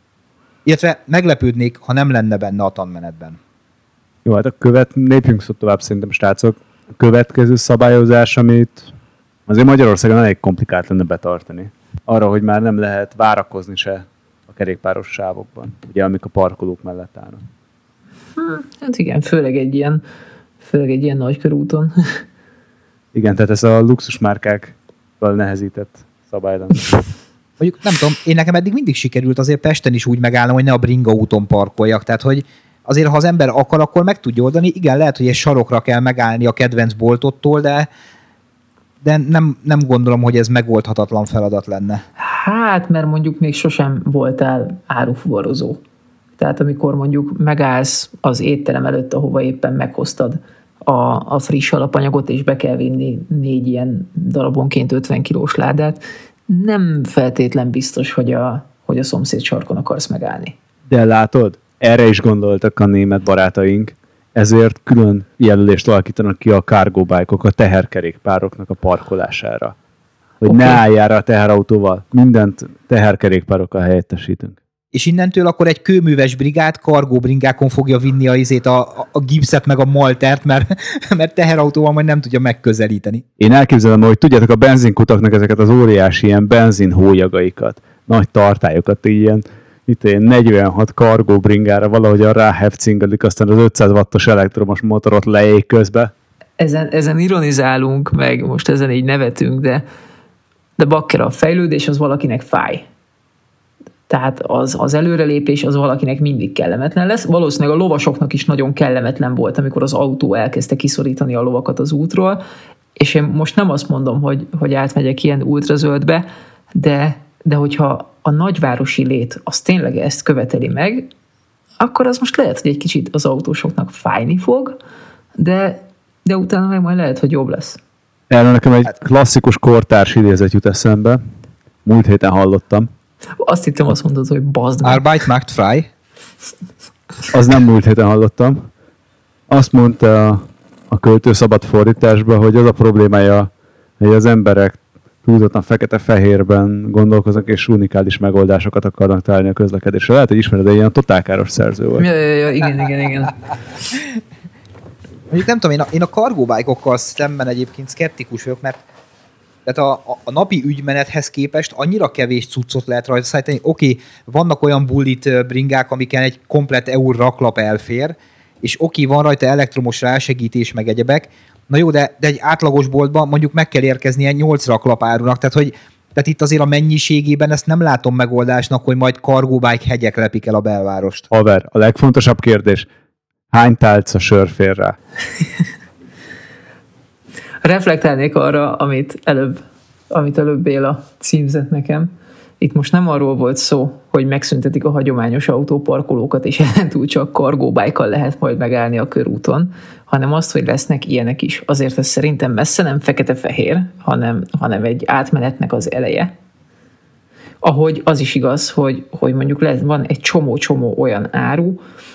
Illetve meglepődnék, ha nem lenne benne a tanmenetben. Jó, hát a követ, lépjünk szó tovább szerintem, srácok. A következő szabályozás, amit azért Magyarországon elég komplikált lenne betartani. Arra, hogy már nem lehet várakozni se a kerékpáros sávokban, ugye, amik a parkolók mellett állnak. Hát igen, főleg egy ilyen, főleg egy ilyen nagykörúton. Igen, tehát ez a luxusmárkákkal nehezített szabály lenne. Mondjuk nem tudom, én nekem eddig mindig sikerült azért Pesten is úgy megállnom, hogy ne a bringa úton parkoljak, tehát hogy azért, ha az ember akar, akkor meg tudja oldani. Igen, lehet, hogy egy sarokra kell megállni a kedvenc boltottól, de, de nem, nem gondolom, hogy ez megoldhatatlan feladat lenne. Hát, mert mondjuk még sosem voltál árufuvarozó. Tehát amikor mondjuk megállsz az étterem előtt, ahova éppen meghoztad a, a friss alapanyagot, és be kell vinni négy ilyen darabonként ötven kilós ládát, nem feltétlen biztos, hogy a, hogy a szomszéd sarkon akarsz megállni. De látod, erre is gondoltak a német barátaink, ezért külön jelölést alakítanak ki a cargo bike-ok, a teherkerékpároknak a parkolására. Hogy okay. Ne álljál a teherautóval, mindent teherkerékpárokkal helyettesítünk. És innentől akkor egy kőműves brigád kargó bringákon fogja vinni a, izét, a, a gipszet meg a maltert, mert, mert teherautóval majd nem tudja megközelíteni. Én elképzelem, hogy tudjátok a benzinkutaknak ezeket az óriási ilyen benzinhólyagaikat, nagy tartályokat, ilyen itt ilyen negyvenhat kargó bringára valahogyan ráhefcingelik, aztán az ötszáz wattos elektromos motorot leég közbe. Ezen, ezen ironizálunk, meg most ezen így nevetünk, de, de bakker, a fejlődés az valakinek fáj. Tehát az, az előrelépés az valakinek mindig kellemetlen lesz. Valószínűleg a lovasoknak is nagyon kellemetlen volt, amikor az autó elkezdte kiszorítani a lovakat az útról, és én most nem azt mondom, hogy, hogy átmegyek ilyen ultrazöldbe, de, de hogyha a nagyvárosi lét az tényleg ezt követeli meg, akkor az most lehet, hogy egy kicsit az autósoknak fájni fog, de, de utána meg majd lehet, hogy jobb lesz. Erről nekem egy klasszikus kortárs idézet jut eszembe. Múlt héten hallottam. Azt hittem, azt mondod, hogy bazd meg. Arbeit macht frei. Az nem múlt héten hallottam. Azt mondta a, a költő szabad fordításban, hogy az a problémája, hogy az emberek túlzottan fekete-fehérben gondolkoznak, és unikális megoldásokat akarnak találni a közlekedésre. Lehet, hogy ismered, de ilyen totálkáros szerző volt. Ja, ja, ja, igen, igen, igen. Mondjuk nem tudom, én a, én a cargo-bike-okkal szemben egyébként szkeptikus vagyok, mert tehát a, a, a napi ügymenethez képest annyira kevés cuccot lehet rajta szállítani. Oké, okay, vannak olyan bullit bringák, amiken egy komplet é u raklap elfér, és oké, okay, van rajta elektromos rásegítés, meg egyebek. Na jó, de, de egy átlagos boltban mondjuk meg kell érkeznie nyolc raklap árunak, tehát hogy tehát itt azért a mennyiségében ezt nem látom megoldásnak, hogy majd cargo-bike hegyek lepik el a belvárost. Haver, a legfontosabb kérdés, hány tálca sör fér rá? Reflektálnék arra, amit előbb, amit előbb Béla címzett nekem. Itt most nem arról volt szó, hogy megszüntetik a hagyományos autóparkolókat, és ellentúl csak cargo-bike-kal lehet majd megállni a körúton, hanem azt, hogy lesznek ilyenek is. Azért ez szerintem messze nem fekete-fehér, hanem, hanem egy átmenetnek az eleje. Ahogy az is igaz, hogy, hogy mondjuk lesz, van egy csomó-csomó olyan áru,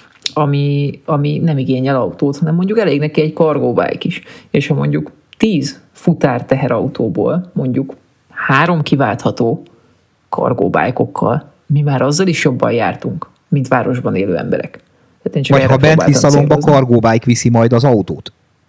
ami, ami nem igényel autót, hanem mondjuk elég neki egy cargo-bike is. És ha mondjuk tíz futár teherautóból mondjuk három kiváltható cargo-bike-okkal, mi már azzal is jobban jártunk, mint városban élő emberek. Vagy ha benti szalomba cargo-bike viszi majd az autót.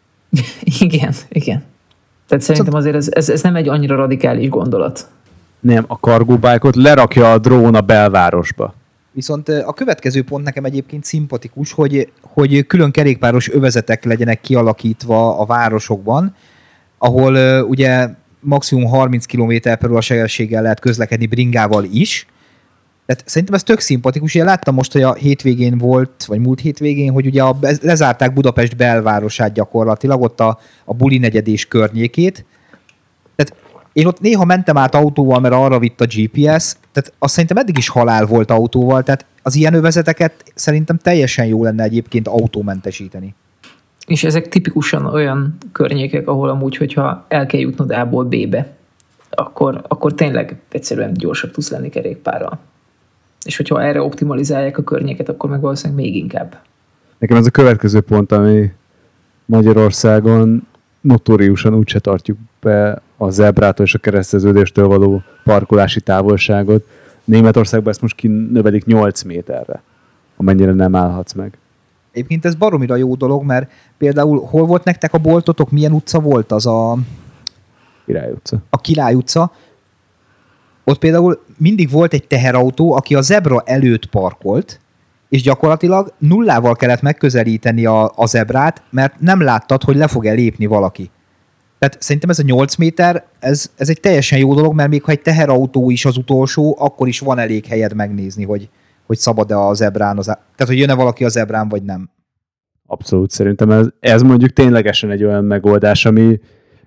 igen, igen. Tehát szerintem azért ez, ez, ez nem egy annyira radikális gondolat. Nem, a cargo-bike-ot lerakja a drón a belvárosba. Viszont a következő pont nekem egyébként szimpatikus, hogy, hogy külön kerékpáros övezetek legyenek kialakítva a városokban, ahol uh, ugye maximum harminc kilométer per óra sebességgel lehet közlekedni bringával is. Tehát szerintem ez tök szimpatikus. Én láttam most, hogy a hétvégén volt, vagy múlt hétvégén, hogy ugye a, lezárták Budapest belvárosát gyakorlatilag, ott a, a buli negyedés környékét. Tehát én ott néha mentem át autóval, mert arra vitt a gé pé es, tehát azt szerintem eddig is halál volt autóval, tehát az ilyen övezeteket szerintem teljesen jó lenne egyébként autómentesíteni. És ezek tipikusan olyan környékek, ahol amúgy, hogyha el kell jutnod A-ból B-be, akkor, akkor tényleg egyszerűen gyorsabb tudsz lenni kerékpárral. És hogyha erre optimalizálják a környéket, akkor meg valószínűleg még inkább. Nekem ez a következő pont, ami Magyarországon notóriusan úgyse tartjuk be a zebrától és a kereszteződéstől való parkolási távolságot. Németországban ezt most kinövelik nyolc méterre, amennyire nem állhatsz meg. Egyébként ez baromira jó dolog, mert például hol volt nektek a boltotok, milyen utca volt az a... Király utca. A Király utca. Ott például mindig volt egy teherautó, aki a zebra előtt parkolt, és gyakorlatilag nullával kellett megközelíteni a, a zebrát, mert nem láttad, hogy le fog-e lépni valaki. Tehát szerintem ez a nyolc méter, ez, ez egy teljesen jó dolog, mert még ha egy teherautó is az utolsó, akkor is van elég helyed megnézni, hogy, hogy szabad-e a zebrán, az, tehát hogy jön-e valaki a zebrán, vagy nem. Abszolút, szerintem ez, ez mondjuk ténylegesen egy olyan megoldás, ami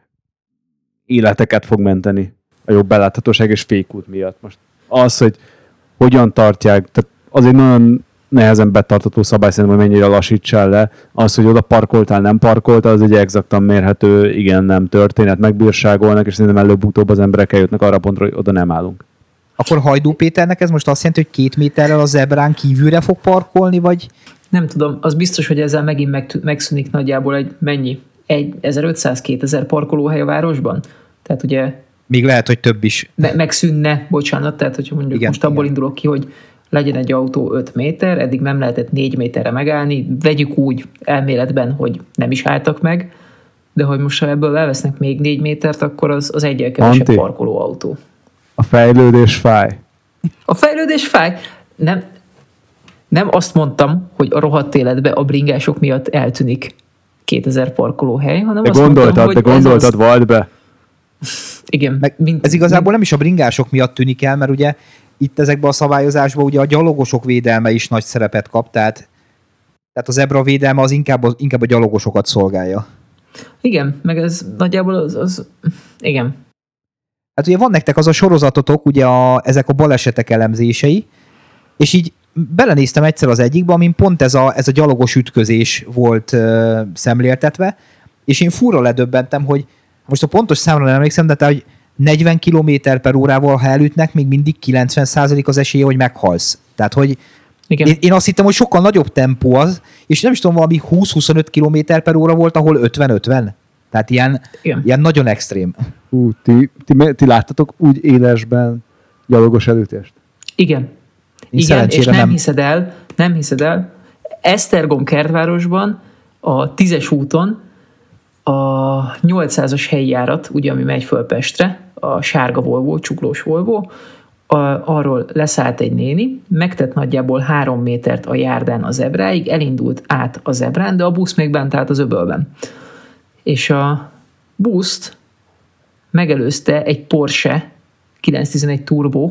életeket fog menteni a jobb beláthatóság és fékút miatt. Most az, hogy hogyan tartják, tehát az egy nagyon nehezen betartató szabály szerintem, hogy mennyire lassítsál le. Az, hogy oda parkoltál, nem parkoltál, az egy exaktan mérhető, igen, nem történet, megbírságolnak, és szerintem előbb-utóbb az emberek eljutnak arra pontra, hogy oda nem állunk. Akkor Hajdú Péternek ez most azt jelenti, hogy két méterrel a zebrán kívülre fog parkolni, vagy? Nem tudom, az biztos, hogy ezzel megint meg, megszűnik nagyjából egy mennyi? Egy ezerötszáz-kétezer parkolóhely a városban? Tehát ugye... Még lehet, hogy több is. Me- megszűnne, bocsánat, tehát hogyha mondjuk igen, most abból igen. indulok ki, hogy legyen egy autó öt méter, eddig nem lehetett négy méterre megállni, vegyük úgy elméletben, hogy nem is álltak meg, de hogy most ha ebből elvesznek még négy métert, akkor az, az egyel kevesebb parkolóautó. A fejlődés fáj. A fejlődés fáj? Nem, nem azt mondtam, hogy a rohadt életbe a bringások miatt eltűnik kétezer parkolóhely, hanem de azt gondoltad, mondtam, hogy de gondoltad, az... volt be. Igen. Meg mint, ez igazából mint... nem is a bringások miatt tűnik el, mert ugye itt ezekben a szabályozásban ugye a gyalogosok védelme is nagy szerepet kap, tehát, tehát a zebra védelme az inkább, inkább a gyalogosokat szolgálja. Igen, meg ez nagyjából az, az... igen. Hát ugye van nektek az a sorozatotok, ugye a, ezek a balesetek elemzései, és így belenéztem egyszer az egyikbe, amin pont ez a, ez a gyalogos ütközés volt uh, szemléltetve, és én furra ledöbbentem, hogy most a pontos számra nem emlékszem, de te, hogy negyven kilométer per órával, ha elütnek, még mindig kilencven százalék az esélye, hogy meghalsz. Tehát, hogy én, én azt hittem, hogy sokkal nagyobb tempó az, és nem is tudom, valami húsz-huszonöt kilométer per óra volt, ahol ötven-ötven. Tehát ilyen, ilyen nagyon extrém. Hú, ti, ti, ti láttatok úgy élesben gyalogos elütést? Igen. Én Igen, és nem, nem hiszed el, nem hiszed el, Esztergom kertvárosban, a tízes úton a nyolcszázas helyjárat, ugye, ami megy föl Pestre, a sárga Volvo, csuklós Volvo, a, arról leszállt egy néni, megtett nagyjából három métert a járdán a zebráig, elindult át a zebrán, de a busz még bent állt az öbölben. És a buszt megelőzte egy Porsche kilencszáztizenegy Turbo,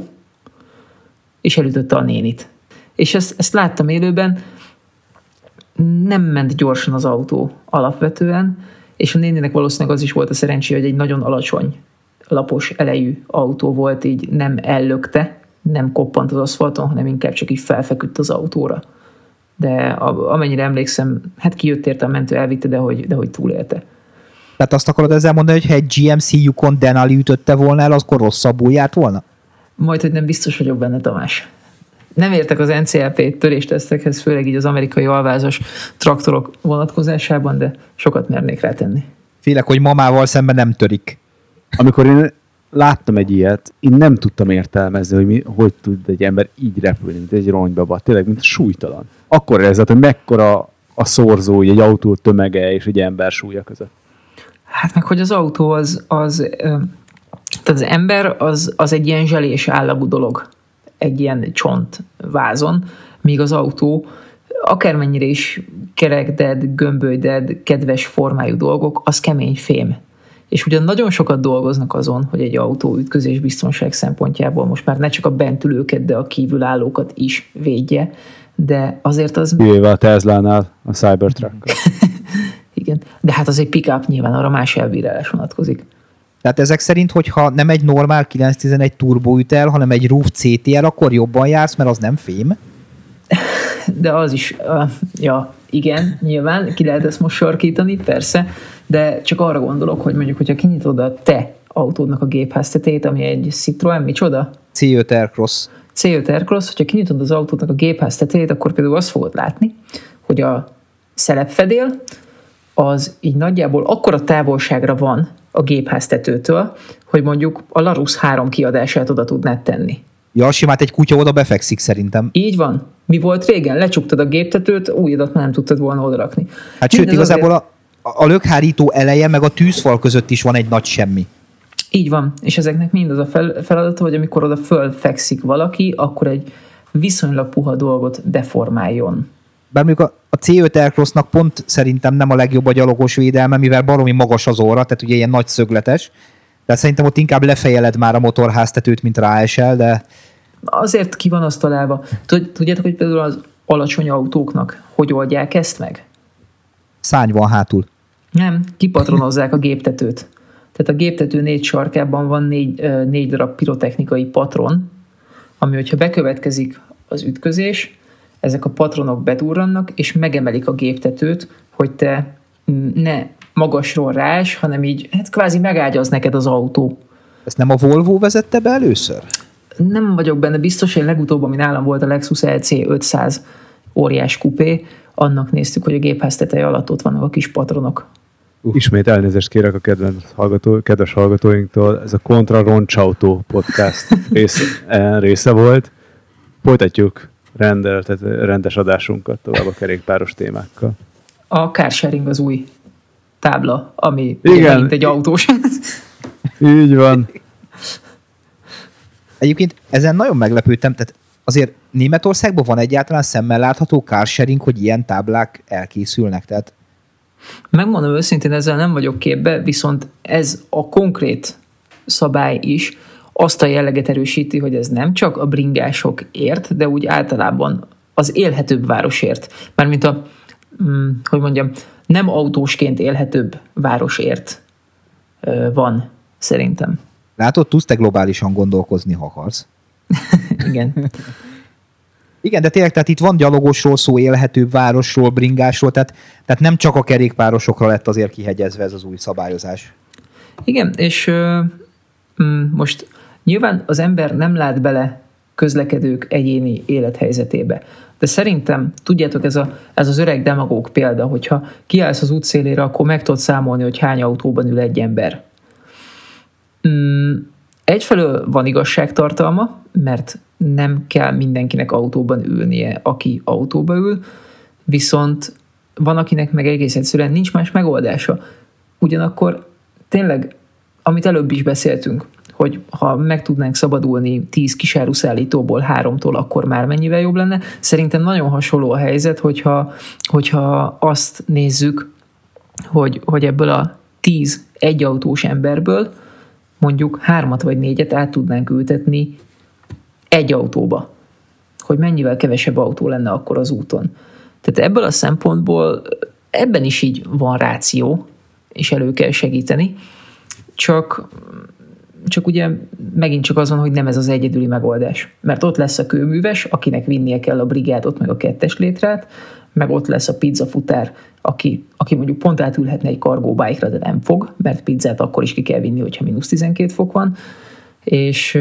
és elütötte a nénit. És ezt, ezt láttam élőben, nem ment gyorsan az autó alapvetően, és a néninek valószínűleg az is volt a szerencsé, hogy egy nagyon alacsony, lapos elejű autó volt, így nem ellökte, nem koppant az aszfalton, hanem inkább csak így felfeküdt az autóra. De a, amennyire emlékszem, hát kijött érte a mentő, elvitte, de hogy, de hogy túlélte. Tehát azt akarod ezzel mondani, hogy ha egy gé em cé Yukon Denali ütötte volna el, akkor rosszabbul járt volna? Majd, hogy nem biztos vagyok benne, Tamás. Nem értek az en cé el pé töréstesztekhez, főleg így az amerikai alvázas traktorok vonatkozásában, de sokat mernék rátenni. Félek, hogy mamával szemben nem törik. Amikor én láttam egy ilyet, én nem tudtam értelmezni, hogy mi, hogy tud egy ember így repülni, mint egy ronybaba, tényleg, mint súlytalan. Akkor érzed, hogy mekkora a szorzó, egy autó tömege és egy ember súlya között. Hát meg, hogy az autó az, az tehát az ember az, az egy ilyen zselés állagú dolog, egy ilyen csontvázon, míg az autó akármennyire is kerekded, gömbölyded, kedves formájú dolgok, az kemény fém. És ugyan nagyon sokat dolgoznak azon, hogy egy autó ütközés biztonság szempontjából most már ne csak a bentülőket, de a kívülállókat is védje, de azért az... Kivéve a Teslánál, a Cybertruck-kal. Igen, de hát az egy pick-up, nyilván arra más elbírálás vonatkozik. Tehát ezek szerint, hogyha nem egy normál kilencszáztizenegy turbo üt el, hanem egy Roof cé té er, akkor jobban jársz, mert az nem fém? De az is, uh, ja, igen, nyilván, ki lehet ezt most sarkítani, persze, de csak arra gondolok, hogy mondjuk, hogyha kinyitod a te autódnak a gépháztetét, ami egy Citroen, micsoda? cé öt Aircross. cé öt Aircross, hogyha kinyitod az autódnak a gépháztetét, akkor például azt fogod látni, hogy a szelepfedél az így nagyjából akkora távolságra van a gépháztetőtől, hogy mondjuk a Larus három kiadását oda tudnád tenni. Ja, simát egy kutya oda befekszik szerintem. Így van. Mi volt régen? Lecsuktad a géptetőt, újadat már nem tudtad volna odarakni. Hát sőt, igazából azért... a, a lökhárító eleje meg a tűzfal között is van egy nagy semmi. Így van. És ezeknek mind az a fel, feladata, hogy amikor oda fölfekszik valaki, akkor egy viszonylag puha dolgot deformáljon. Bár mondjuk a, a cé öt Aircrossnak pont szerintem nem a legjobb a gyalogos védelme, mivel baromi magas az óra, tehát ugye ilyen nagy szögletes. De szerintem ott inkább lefejeled már a motorháztetőt, mint ráesel, de... Azért ki van azt találva. Tudjátok, hogy például az alacsony autóknak hogy oldják ezt meg? Szárny van hátul. Nem, kipatronozzák a géptetőt. Tehát a géptető négy sarkában van négy, négy darab pirotechnikai patron, ami, hogyha bekövetkezik az ütközés, ezek a patronok bedurrannak, és megemelik a géptetőt, hogy te ne magasról rás, hanem így, hát kvázi megágyaz neked az autó. Ezt nem a Volvo vezette be először? Nem vagyok benne biztos, hogy legutóbb, ami nálam volt a Lexus el cé ötszáz óriás kupé, annak néztük, hogy a gépház teteje alatt ott vannak a kis patronok. Uh. Ismét elnézést kérek a kedvenc hallgató, kedves hallgatóinktól. Ez a Contra Roncsautó podcast rész, része volt. Folytatjuk rendel, tehát rendes adásunkat tovább a kerékpáros témákkal. A carsharing az új tábla, ami igen, mint egy autós. Így van. Egyébként ezen nagyon meglepődtem, tehát azért Németországban van egyáltalán szemmel látható carsharing, hogy ilyen táblák elkészülnek, tehát megmondom őszintén, ezzel nem vagyok képbe, viszont ez a konkrét szabály is azt a jelleget erősíti, hogy ez nem csak a bringásokért, de úgy általában az élhetőbb városért. Mármint a, hm, hogy mondjam, nem autósként élhetőbb városért van, szerintem. Látod, tudsz te globálisan gondolkozni, ha akarsz. Igen. Igen, de tényleg, tehát itt van gyalogosról szó, élhetőbb városról, bringásról, tehát, tehát nem csak a kerékpárosokra lett azért kihegyezve ez az új szabályozás. Igen, és ö, most nyilván az ember nem lát bele közlekedők egyéni élethelyzetébe. De szerintem, tudjátok, ez, a, ez az öreg demagóg példa, hogyha kiállsz az útszélére, akkor meg tudod számolni, hogy hány autóban ül egy ember. Egyfelől van igazságtartalma, mert nem kell mindenkinek autóban ülnie, aki autóba ül, viszont van, akinek meg egész egyszerűen nincs más megoldása. Ugyanakkor tényleg, amit előbb is beszéltünk, hogy ha meg tudnánk szabadulni tíz kisáruszállítóból háromtól, akkor már mennyivel jobb lenne. Szerintem nagyon hasonló a helyzet, hogyha, hogyha azt nézzük, hogy, hogy ebből a tíz egyautós emberből mondjuk hármat vagy négyet át tudnánk ültetni egy autóba, hogy mennyivel kevesebb autó lenne akkor az úton. Tehát ebből a szempontból ebben is így van ráció, és elő kell segíteni, csak, csak ugye megint csak az van, hogy nem ez az egyedüli megoldás. Mert ott lesz a kőműves, akinek vinnie kell a brigádot, meg a kettes létrát, meg ott lesz a pizzafutár, aki, aki mondjuk pont átülhetne egy cargo bike-ra, de nem fog, mert pizzát akkor is ki kell vinni, hogyha mínusz tizenkét fok van, és,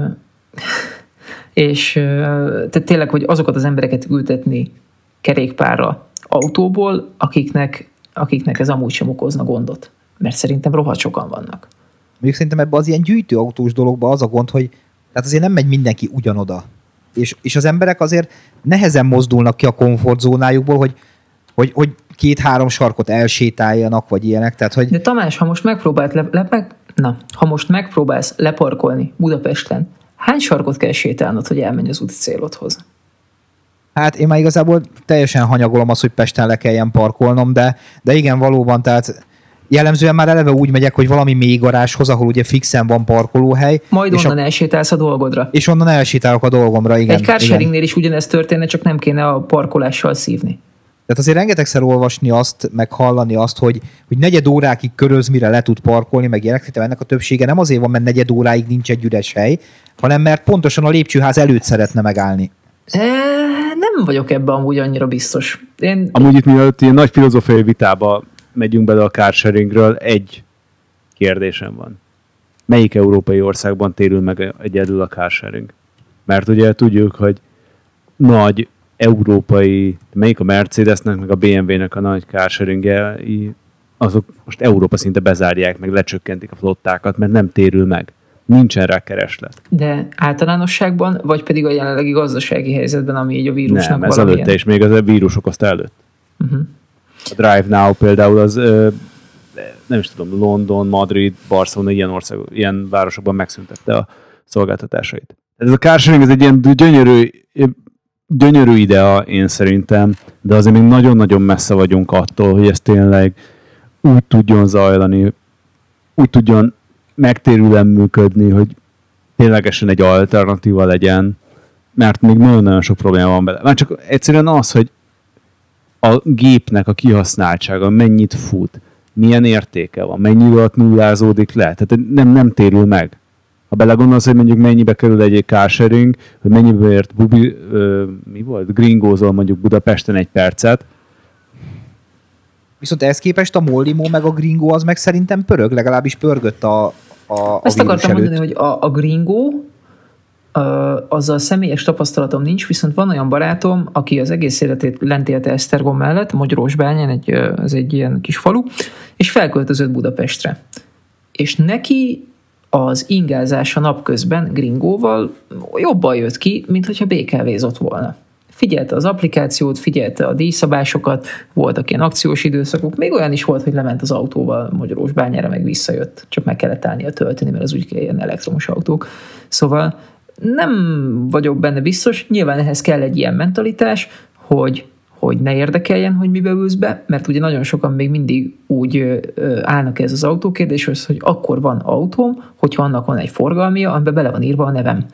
és tehát tényleg, hogy azokat az embereket ültetni kerékpárra autóból, akiknek, akiknek ez amúgy sem okozna gondot. Mert szerintem rohadt sokan vannak. Mondjuk szerintem ebben az ilyen gyűjtőautós dologban az a gond, hogy tehát azért nem megy mindenki ugyanoda. És, és az emberek azért nehezen mozdulnak ki a komfortzónájukból, hogy, hogy, hogy két-három sarkot elsétáljanak, vagy ilyenek. Tehát, hogy... De Tamás, ha most megpróbált le, le, meg, na, ha most megpróbálsz leparkolni Budapesten, hány sarkot kell sétálnod, hogy elmenj az úti célodhoz? Hát én már igazából teljesen hanyagolom azt, hogy Pesten le kelljen parkolnom, de, de igen, valóban, tehát jellemzően már eleve úgy megyek, hogy valami mély garázshoz, ahol ugye fixen van parkolóhely. Majd onnan a... elsétálsz a dolgodra. És onnan elsétálok a dolgomra, igen. Egy carsharingnél is ugyanezt történne, csak nem kéne a parkolással szívni. Tehát azért rengetegszer olvasni azt, meg hallani azt, hogy, hogy negyed órákig köröz, mire le tud parkolni, meg ilyenek. Tehát ennek a többsége nem azért van, mert negyed óráig nincs egy üres hely, hanem mert pontosan a lépcsőház előtt szeretne megállni. E, nem vagyok ebben amúgy annyira biztos. Én... Amúgy itt mielőtt ilyen nagy filozófiai vitába megyünk bele a carsharingről, egy kérdésem van. Melyik európai országban térül meg egyedül a carsharing? Mert ugye tudjuk, hogy nagy európai, melyik a Mercedesnek, meg a bé em vé-nek a nagy carsharingjei, azok most Európa szinte bezárják, meg lecsökkentik a flottákat, mert nem térül meg. Nincsen rá kereslet. De általánosságban, vagy pedig a jelenlegi gazdasági helyzetben, ami így a vírusnak nem, ez valamilyen... előtte is, még az a vírus okozta előtt. Uh-huh. A Drive Now például az, nem is tudom, London, Madrid, Barcelona, ilyen ország, ilyen városokban megszüntette a szolgáltatásait. Ez a carsharing, ez egy ilyen gyönyörű, gyönyörű idea, én szerintem, de azért még nagyon-nagyon messze vagyunk attól, hogy ez tényleg úgy tudjon zajlani, úgy tudjon megtérülően működni, hogy ténylegesen egy alternatíva legyen, mert még nagyon-nagyon sok probléma van bele. Már csak egyszerűen az, hogy a gépnek a kihasználtsága mennyit fut, milyen értéke van, mennyi alatt nullázódik le, tehát nem, nem térül meg. Ha belegondolsz, hogy mondjuk mennyibe kerül egy carsharing, hogy mennyibe ért bubi, ö, mi volt? Gringózol mondjuk Budapesten egy percet. Viszont ehhez képest a Mollimó meg a Gringo az meg szerintem pörög, legalábbis pörgött a, a, Ezt a akartam előtt. mondani, hogy a, a Gringo, azzal személyes tapasztalatom nincs, viszont van olyan barátom, aki az egész életét lent élte Esztergom mellett, Magyarósbányán, egy, ez egy ilyen kis falu, és felköltözött Budapestre. És neki az ingázása napközben Gringóval jobban jött ki, mint hogyha bé ká vézott volna. Figyelte az applikációt, figyelte a díjszabásokat, voltak ilyen akciós időszakok, még olyan is volt, hogy lement az autóval Magyarósbányára, meg visszajött, csak meg kellett állnia tölteni, mert az úgy kell ilyen elektromos autók. Szóval nem vagyok benne biztos, nyilván ehhez kell egy ilyen mentalitás, hogy, hogy ne érdekeljen, hogy mibe ülsz be, mert ugye nagyon sokan még mindig úgy ö, állnak ez az autókérdéshez, hogy akkor van autóm, hogyha annak van egy forgalmia, amiben bele van írva a nevem.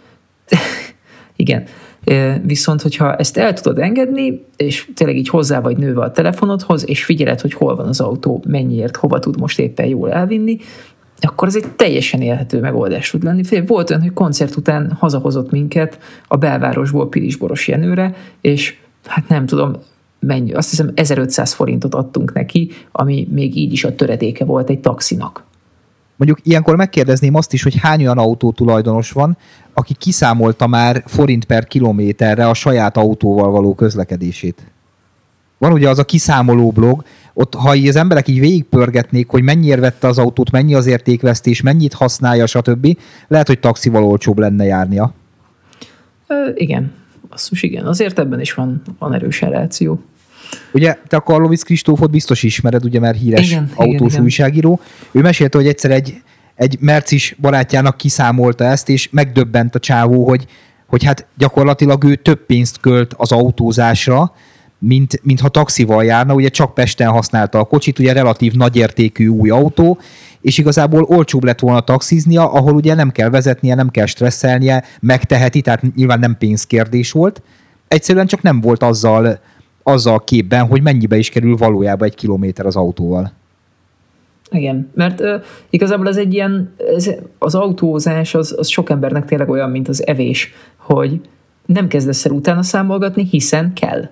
Igen. Viszont, hogyha ezt el tudod engedni, és tényleg így hozzá vagy nőve a telefonodhoz, és figyeled, hogy hol van az autó, mennyiért, hova tud most éppen jól elvinni, akkor ez egy teljesen élhető megoldás tud lenni. Volt olyan, hogy koncert után hazahozott minket a belvárosból Pilisboros Jenőre, és hát nem tudom, mennyi, azt hiszem ezerötszáz forintot adtunk neki, ami még így is a töredéke volt egy taxinak. Mondjuk ilyenkor megkérdezném azt is, hogy hány olyan autótulajdonos van, aki kiszámolta már forint per kilométerre a saját autóval való közlekedését. Van ugye az a kiszámoló blog, ott ha így az emberek így végigpörgetnék, hogy mennyiért vette az autót, mennyi az értékvesztés, mennyit használja, stb. Lehet, hogy taxival olcsóbb lenne járnia. Ö, igen, basszus, igen. Azért ebben is van, van erős reláció. Ugye te a Karlovic Kristófot biztos ismered, ugye, mert híres igen, autós igen, újságíró. Ő mesélte, hogy egyszer egy, egy mercis barátjának kiszámolta ezt, és megdöbbent a csávó, hogy, hogy hát gyakorlatilag ő több pénzt költ az autózásra, mint, mint ha taxival járna, ugye csak Pesten használta a kocsit, ugye relatív nagyértékű új autó, és igazából olcsóbb lett volna taxiznia, ahol ugye nem kell vezetnie, nem kell stresszelnie, megteheti, tehát nyilván nem pénzkérdés volt. Egyszerűen csak nem volt azzal, azzal képben, hogy mennyibe is kerül valójában egy kilométer az autóval. Igen, mert uh, igazából ez egy ilyen, ez, az autózás az, az sok embernek tényleg olyan, mint az evés, hogy nem kezdesz el utána számolgatni, hiszen kell.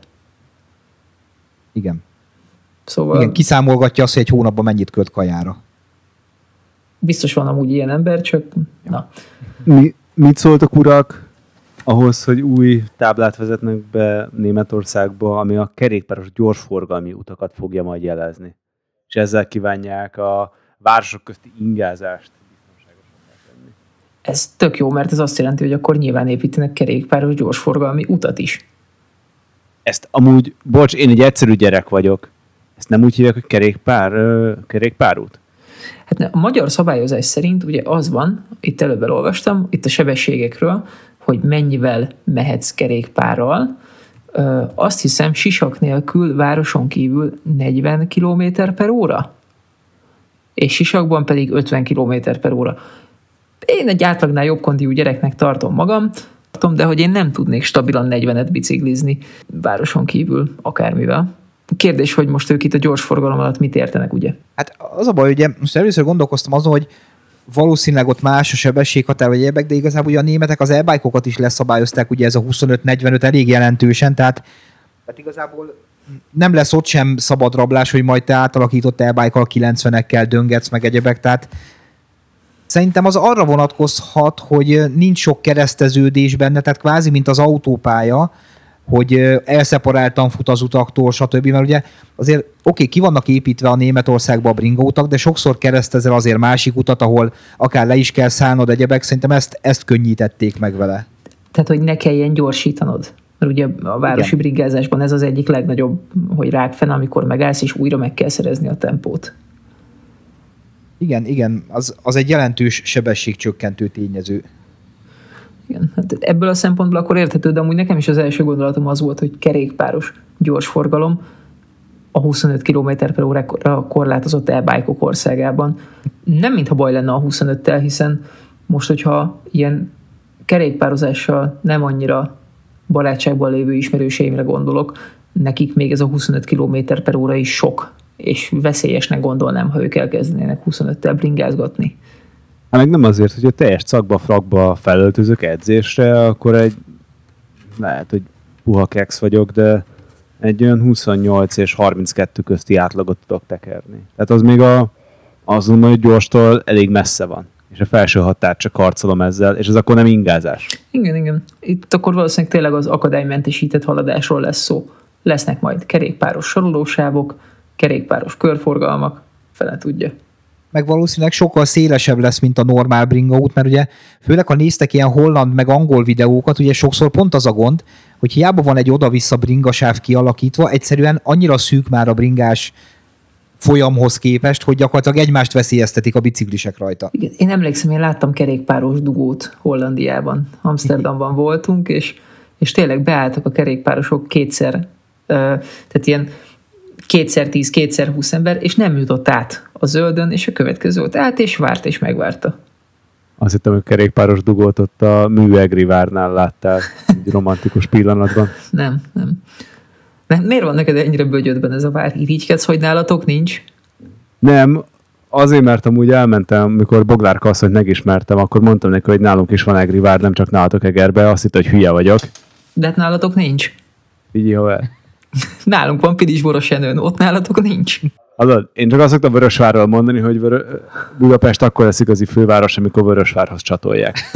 Igen. Szóval Igen, kiszámolgatja azt, hogy egy hónapban mennyit költ kajára. Biztos van amúgy ilyen ember, csak na. Mi, mit szóltak, urak, ahhoz, hogy új táblát vezetnek be Németországba, ami a kerékpáros gyorsforgalmi utakat fogja majd jelezni. És ezzel kívánják a városok közti ingázást biztonságosabbá tenni. Ez tök jó, mert ez azt jelenti, hogy akkor nyilván építenek kerékpáros gyorsforgalmi utat is. Ezt amúgy, bocs, én egy egyszerű gyerek vagyok. Ezt nem úgy hívják, hogy kerékpár, kerékpárút? Hát a magyar szabályozás szerint ugye az van, itt előbb elolvastam, itt a sebességekről, hogy mennyivel mehetsz kerékpárral. Ö, azt hiszem, sisak nélkül városon kívül negyven kilométer per óra. És sisakban pedig ötven kilométer per óra. Én egy átlagnál jobb kondiú gyereknek tartom magam, de hogy én nem tudnék stabilan negyvenet biciklizni városon kívül akármivel. Kérdés, hogy most ők itt a gyorsforgalom alatt mit értenek, ugye? Hát az a baj, ugye most először gondolkoztam azon, hogy valószínűleg ott más a sebességhatár vagy egyebek, de igazából ugye a németek az e-bike-okat is leszabályozták, ugye ez a huszonöt negyvenöt elég jelentősen, tehát, tehát igazából nem lesz ott sem szabad rablás, hogy majd te átalakított e-bike-kal kilencvenekkel döngetsz meg egyebek, tehát szerintem az arra vonatkozhat, hogy nincs sok kereszteződés benne, tehát kvázi mint az autópálya, hogy elszeparáltan fut az utaktól, stb. Mert ugye azért oké, okay, ki vannak építve a Németországban a bringautak, de sokszor keresztezel azért másik utat, ahol akár le is kell szállnod egyebek, szerintem ezt, ezt könnyítették meg vele. Tehát, hogy ne kelljen gyorsítanod. Mert ugye a városi Igen. bringázásban ez az egyik legnagyobb, hogy rákfen, amikor megállsz, és újra meg kell szerezni a tempót. Igen, igen, az, az egy jelentős sebességcsökkentő tényező. Igen, hát ebből a szempontból akkor érthető, de amúgy nekem is az első gondolatom az volt, hogy kerékpáros gyorsforgalom a huszonöt kilométer per órára korlátozott e-bike-ok országában. Nem mintha baj lenne a huszonöttel, hiszen most, hogyha ilyen kerékpározással nem annyira barátságban lévő ismerőseimre gondolok, nekik még ez a huszonöt kilométer per óra is sok, és veszélyesnek gondolnám, ha ők elkezdenének huszonöttel bringázgatni. Hát meg nem azért, hogy a teljes cakba, frakba felöltözök edzésre, akkor egy, lehet, hogy puha keksz vagyok, de egy olyan huszonnyolc és harminckettő közti átlagot tudok tekerni. Tehát az még a, azon majd gyorstól elég messze van. És a felső határt csak karcolom ezzel, és ez akkor nem ingázás. Igen, igen. Itt akkor valószínűleg tényleg az akadálymentesített haladásról lesz szó. Lesznek majd kerékpáros sorolósávok, kerékpáros körforgalmak, fele tudja. Meg valószínűleg sokkal szélesebb lesz, mint a normál bringaút, mert ugye főleg, ha néztek ilyen holland meg angol videókat, ugye sokszor pont az a gond, hogy hiába van egy oda-vissza bringasáv kialakítva, egyszerűen annyira szűk már a bringás folyamhoz képest, hogy gyakorlatilag egymást veszélyeztetik a biciklisek rajta. Igen, én emlékszem, én láttam kerékpáros dugót Hollandiában, Amsterdamban voltunk, és, és tényleg beálltak a kerékpárosok kétszer, tehát ilyen kétszer tíz, kétszer húsz ember, és nem jutott át a zöldön, és a következő volt át, és várt, és megvárta. Azt hittem, hogy kerékpáros dugót ott a műegrivárnál láttál egy romantikus pillanatban. Nem, nem. nem. Miért van neked ennyire bögyödben ez a vár? Irigykedsz, hogy nálatok nincs? Nem, azért, mert amúgy elmentem, mikor Boglárka asszonyt megismertem, akkor mondtam neki, hogy nálunk is van egrivár, nem csak nálatok Egerbe, azt hitt, hogy hülye vagyok. De hát nálatok nincs. Így jó el. Nálunk van Pilis-Borosjenőn, ott nálatok nincs. Hallod, én csak azt szoktam Vörösvárról mondani, hogy Vörö- Budapest akkor lesz igazi főváros, amikor Vörösvárhoz csatolják.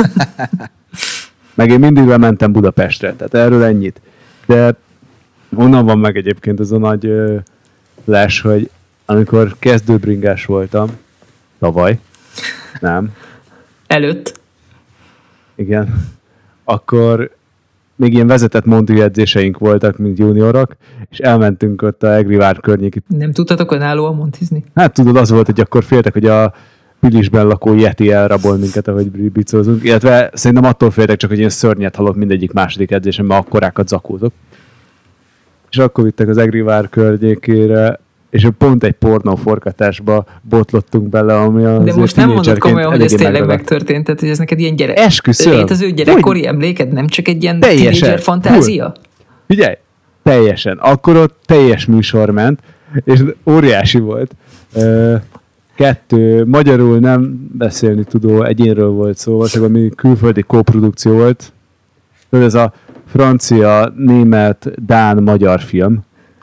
Meg én mindig bementem Budapestre, tehát erről ennyit. De onnan van meg egyébként az a nagy ö, les, hogy amikor kezdőbringás voltam, tavaly, nem, Előtt. igen, akkor még ilyen vezetett montű edzéseink voltak, mint juniorok, és elmentünk ott a Egrivár környéki. Nem tudtatok önállóan montizni? Hát tudod, az volt, hogy akkor féltek, hogy a Pilisben lakó Yeti elrabol minket, ahogy bicózunk, illetve szerintem attól féltek csak, hogy ilyen szörnyet halok mindegyik második edzésen, mert akkorákat zakózok. És akkor vittek az Egrivár környékére, és pont egy pornóforgatásba botlottunk bele, ami az... De most nem mondod komolyan, hogy ez tényleg megtörtént, tehát hogy ez neked ilyen gyerek... Esküszöm! Létező gyerekkori hogy? Emléked, nem csak egy ilyen teljesen. Tínédzser fantázia? Figyelj, teljesen. Akkor ott teljes műsor ment, és óriási volt. Kettő, magyarul nem beszélni tudó egyénről volt szó, valószínűleg ami külföldi kóprodukció volt. Ez a francia, német, dán, magyar film.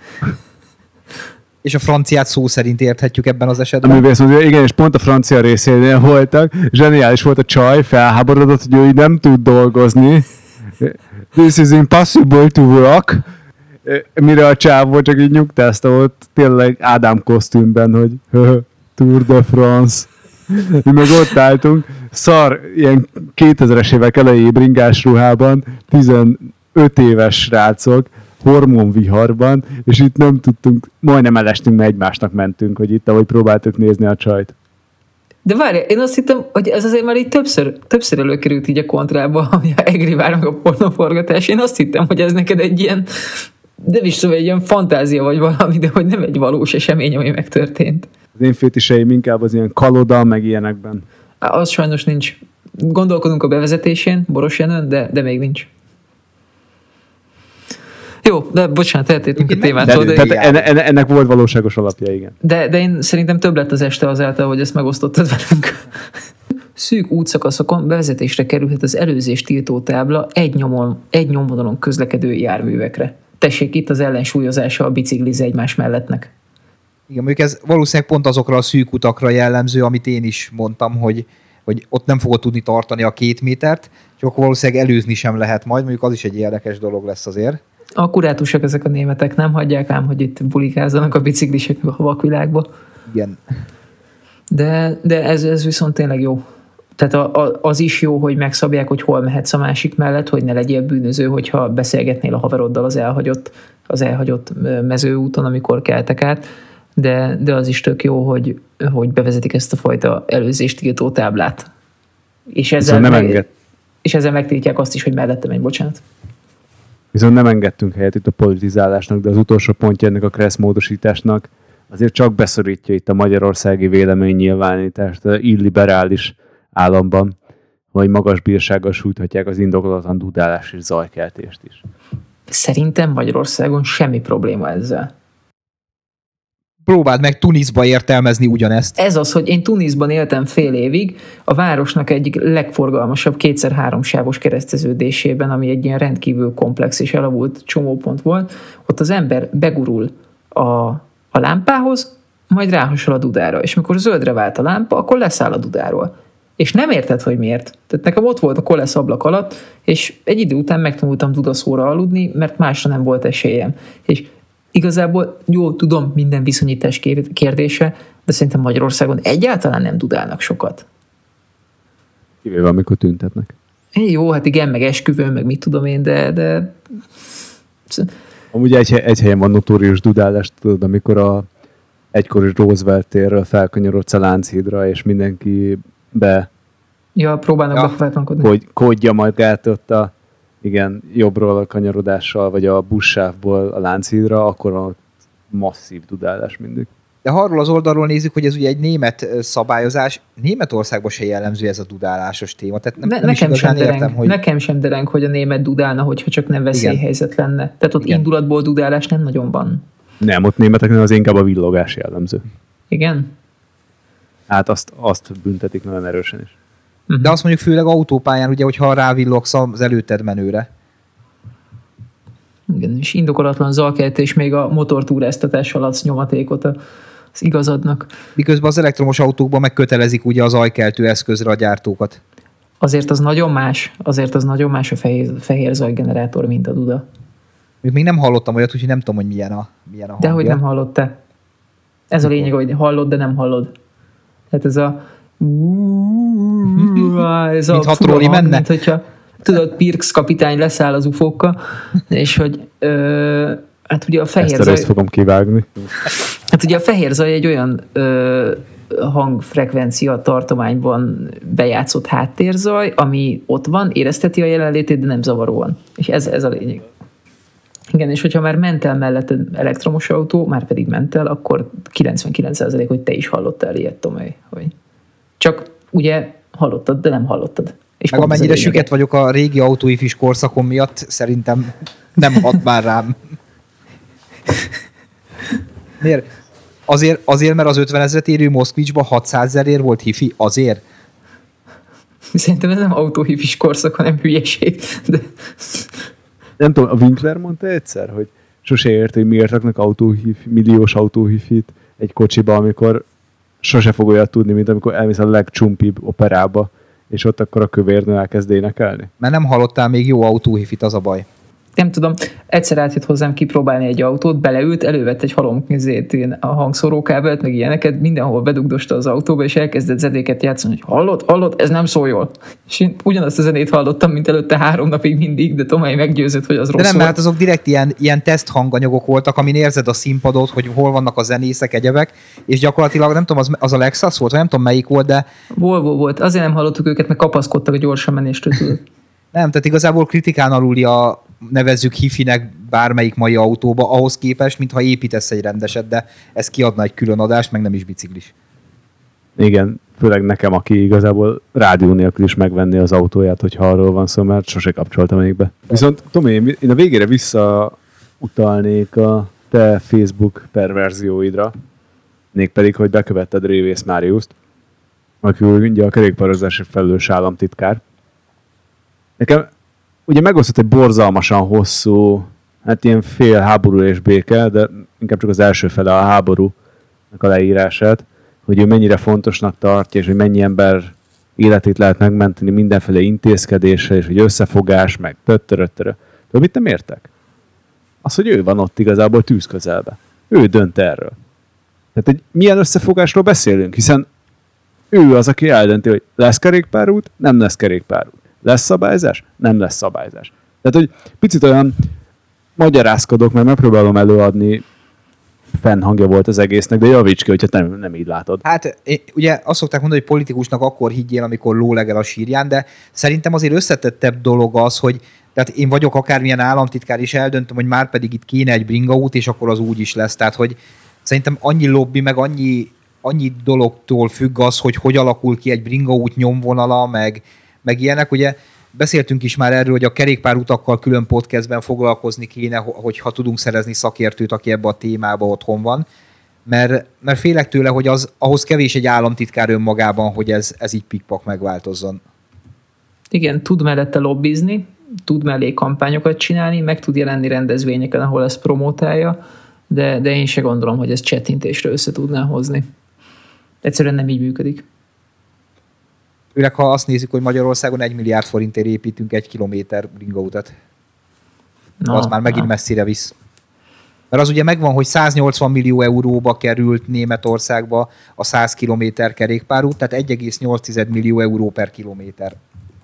És a franciát szó szerint érthetjük ebben az esetben. A művész mondja, igen, és pont a francia részénél voltak. Zseniális volt a csaj, felháborodott, hogy ő így nem tud dolgozni. This is impossible to work. Mire a csávó csak így nyugtázta ott, tényleg Ádám kosztümben, hogy Tour de France. Mi meg ott álltunk, szar, ilyen kétezres évek elejé bringás ruhában, tizenöt éves srácok, hormonviharban, és itt nem tudtunk, majdnem elestünk, mert egymásnak mentünk, hogy itt, ahogy próbáltuk nézni a csajt. De várj, én azt hittem, hogy ez azért már így többször, többször előkerült így a kontrába, hogy a Egrivár meg a pornóforgatás. Én azt hittem, hogy ez neked egy ilyen, de is tudom, egy ilyen fantázia vagy valami, de hogy nem egy valós esemény, ami megtörtént. Az én fétiseim inkább az ilyen kaloda, meg ilyenekben. Az sajnos nincs. Gondolkodunk a bevezetésén, Borosjenőn, de, de még nincs. Jó, de bocsánat, eltértünk a témától. De, de, de enne, enne, ennek volt valóságos alapja, igen. De, de én szerintem több lett az este azáltal, hogy ezt megosztottad velünk. Szűk útszakaszokon bevezetésre kerülhet az előzés tiltó tábla egy, nyomon, egy nyomvonalon közlekedő járművekre. Tessék, itt az ellensúlyozása a bicikliz egymás mellettnek. Igen, mondjuk ez valószínűleg pont azokra a szűk utakra jellemző, amit én is mondtam, hogy, hogy ott nem fogod tudni tartani a két métert, és akkor valószínűleg előzni sem lehet majd, mondjuk az is egy érdekes dolog lesz azért. Akkurátusak ezek a németek, nem hagyják ám, hogy itt bulikázzanak a biciklisek a vakvilágba. Igen. De, de ez, ez viszont tényleg jó. Tehát a, a, az is jó, hogy megszabják, hogy hol mehetsz a másik mellett, hogy ne legyél bűnöző, hogyha beszélgetnél a haveroddal az elhagyott, az elhagyott mezőúton, amikor keltek át. De, de az is tök jó, hogy, hogy bevezetik ezt a fajta előzést tiltó táblát. És ezzel, nem meg, enged... és ezzel megtiltják azt is, hogy mellettem egy bocsánat. Viszont nem engedtünk helyet itt a politizálásnak, de az utolsó pontja ennek a kressz módosításnak azért csak beszorítja itt a magyarországi véleménynyilvánítást illiberális államban, hogy magas bírsággal sújthatják az indokolatlan dudálás és zajkeltést is. Szerintem Magyarországon semmi probléma ezzel. Próbáld meg Tuniszba értelmezni ugyanezt. Ez az, hogy én Tuniszban éltem fél évig, a városnak egyik legforgalmasabb kétszer-háromsávos kereszteződésében, ami egy ilyen rendkívül komplex és elavult csomópont volt, ott az ember begurul a, a lámpához, majd ráhasonl a dudára, és mikor zöldre vált a lámpa, akkor leszáll a dudáról. És nem érted, hogy miért. Tehát nekem ott volt a kolesz ablak alatt, és egy idő után megtanultam dudaszóra aludni, mert másra nem volt esélyem. És igazából jó, tudom, minden viszonyítás kérdése, de szerintem Magyarországon egyáltalán nem dudálnak sokat. Kivéve, amikor tüntetnek. Jó, hát igen, meg esküvőn, meg mit tudom én, de... de... Amúgy egy, egy helyen van notórius dudálás, tudod, amikor a egykori Roosevelt térről felkanyarodsz a Lánchídra, és mindenki be... Ja, próbálnak ja. befelkankodni. Hogy kódja magát ott a igen, jobbról a kanyarodással, vagy a buszsávból a Lánchídra, akkor a masszív dudálás mindig. De ha arról az oldalról nézzük, hogy ez ugye egy német szabályozás, Németországban se jellemző ez a dudálásos téma. Tehát nem, ne, nem nekem, sem dereng, értem, hogy... nekem sem dereng, hogy a német dudálna, hogyha csak nem veszélyhelyzet lenne. Tehát ott igen. Indulatból dudálás nem nagyon van. Nem, ott németeknél az inkább a villogás jellemző. Igen? Hát azt, azt büntetik nagyon erősen is. De azt mondjuk főleg autópályán, ugye, hogyha rávillogsz az előtted menőre. Igen, és indokolatlan zalkeltés még a motortúráztatással adsz nyomatékot az igazadnak. Miközben az elektromos autókban megkötelezik ugye az ajkeltő eszközre a gyártókat. Azért az nagyon más, azért az nagyon más a fehér, fehér zajgenerátor, mint a duda. Még nem hallottam olyat, úgyhogy nem tudom, hogy milyen a, milyen a hangja. Dehogy nem hallott te. Ez a lényeg, hogy hallod, de nem hallod. Tehát ez a... Ez a mint ha trolli menne? Mint hogyha, tudod, Pirks kapitány leszáll az ufókkal, és hogy ö, hát ugye a fehér Ezt zaj... Ezt fogom kivágni. Hát ugye a fehér zaj egy olyan ö, hangfrekvencia tartományban bejátszott háttérzaj, ami ott van, érezteti a jelenlétét, de nem zavaróan. És ez, ez a lényeg. Igen, és hogyha már ment el mellett elektromos autó, már pedig ment el, akkor kilencvenkilenc százalék, hogy te is hallottál ilyet, Tomai. Hogy csak ugye hallottad, de nem hallottad. És meg amennyire süket vagyok a régi autóifis korszakom miatt, szerintem nem hat már rám. Miért? Azért, azért, mert az ötven ezret érő Moszkvicsban hatszázezerért volt hifi? Azért? Szerintem ez nem autóhifis korszak, hanem hülyeség. De... Nem tudom, a Winkler mondta egyszer, hogy sose ért, hogy miért raknak autóhif, milliós autóhifit egy kocsiba, amikor sose fog olyat tudni, mint amikor elmész a legcsumpibb operába, és ott akkor a kövérnő elkezd énekelni. Mert nem hallottál még jó autóhifit, az a baj. Nem tudom, egyszer átjött hozzám kipróbálni egy autót, beleült, elővett egy halom a hangszórókábelt, meg ilyeneket, mindenhol bedugdosta az autóba, és elkezdett zedéket játszani, hogy hallod, hallod, ez nem szól jól. És én ugyanazt a zenét hallottam, mint előtte három napig mindig, de Tomai meggyőzött, hogy az rossz. De nem, volt. mert azok direkt ilyen, ilyen teszt hanganyagok voltak, amin érzed a színpadot, hogy hol vannak a zenészek, egyebek, és gyakorlatilag nem tudom, az, az a Lexus volt, vagy nem tudom melyik volt, de... Volvo volt, azért nem hallottuk őket, mert kapaszkodtak a gyorsan menéstől, tudod. Nem, tehát igazából kritikán aluli a nevezzük hifinek bármelyik mai autóba, ahhoz képest, mintha építesz egy rendeset, de ez kiadna egy külön adást, meg nem is biciklis. Igen, főleg nekem, aki igazából rádió nélkül is megvenni az autóját, hogyha arról van szó, mert sose kapcsoltam még be. Viszont Tomi, én a végére visszautalnék a te Facebook perverzióidra, mégpedig, hogy bekövetted Révész Máriuszt, aki ugye a kerékpározásért felelős államtitkár. Nekem ugye megosztott egy borzalmasan hosszú, hát ilyen fél háború és béke, de inkább csak az első fele a háborúnak a leírását, hogy ő mennyire fontosnak tartja, és hogy mennyi ember életét lehet megmenteni mindenféle intézkedéssel, és hogy összefogás, meg töttöröttörö. De mit nem értek? Az, hogy ő van ott igazából tűz közelbe. Ő dönt erről. Tehát egy milyen összefogásról beszélünk, hiszen ő az, aki eldönti, hogy lesz kerékpárút, nem lesz kerékpárút. Lesz szabályzás? Nem lesz szabályzás. Tehát, hogy picit olyan magyarázkodok, mert megpróbálom előadni, fennhangja volt az egésznek, de javíts ki, hogyha nem, nem így látod. Hát ugye azt szokták mondani, hogy politikusnak akkor higgyél, amikor lólegel a sírján, de szerintem azért összetettebb dolog az, hogy tehát én vagyok akármilyen államtitkár, és eldöntöm, hogy már pedig itt kéne egy bringaút, és akkor az úgy is lesz. Tehát, hogy szerintem annyi lobby, meg annyi, annyi dologtól függ az, hogy hogy alakul ki egy bringaút nyomvonala, meg meg ilyenek, ugye beszéltünk is már erről, hogy a kerékpárutakkal külön podcastben foglalkozni kéne, hogyha tudunk szerezni szakértőt, aki ebbe a témába otthon van. mert, mert félek tőle, hogy az, ahhoz kevés egy államtitkár önmagában, hogy ez, ez így pikpak megváltozzon. Igen, tud mellette lobbizni, tud mellé kampányokat csinálni, meg tud jelenni rendezvényeken, ahol ezt promotálja, de, de én se gondolom, hogy ezt csettintésre össze tudná hozni. Egyszerűen nem így működik. Főleg, ha azt nézzük, hogy Magyarországon egy milliárd forintért építünk egy kilométer bringautat. No, az már megint no. messzire visz. Mert az ugye megvan, hogy száznyolcvan millió euróba került Németországba a száz kilométer kerékpárút, tehát egy egész nyolc millió euró per kilométer.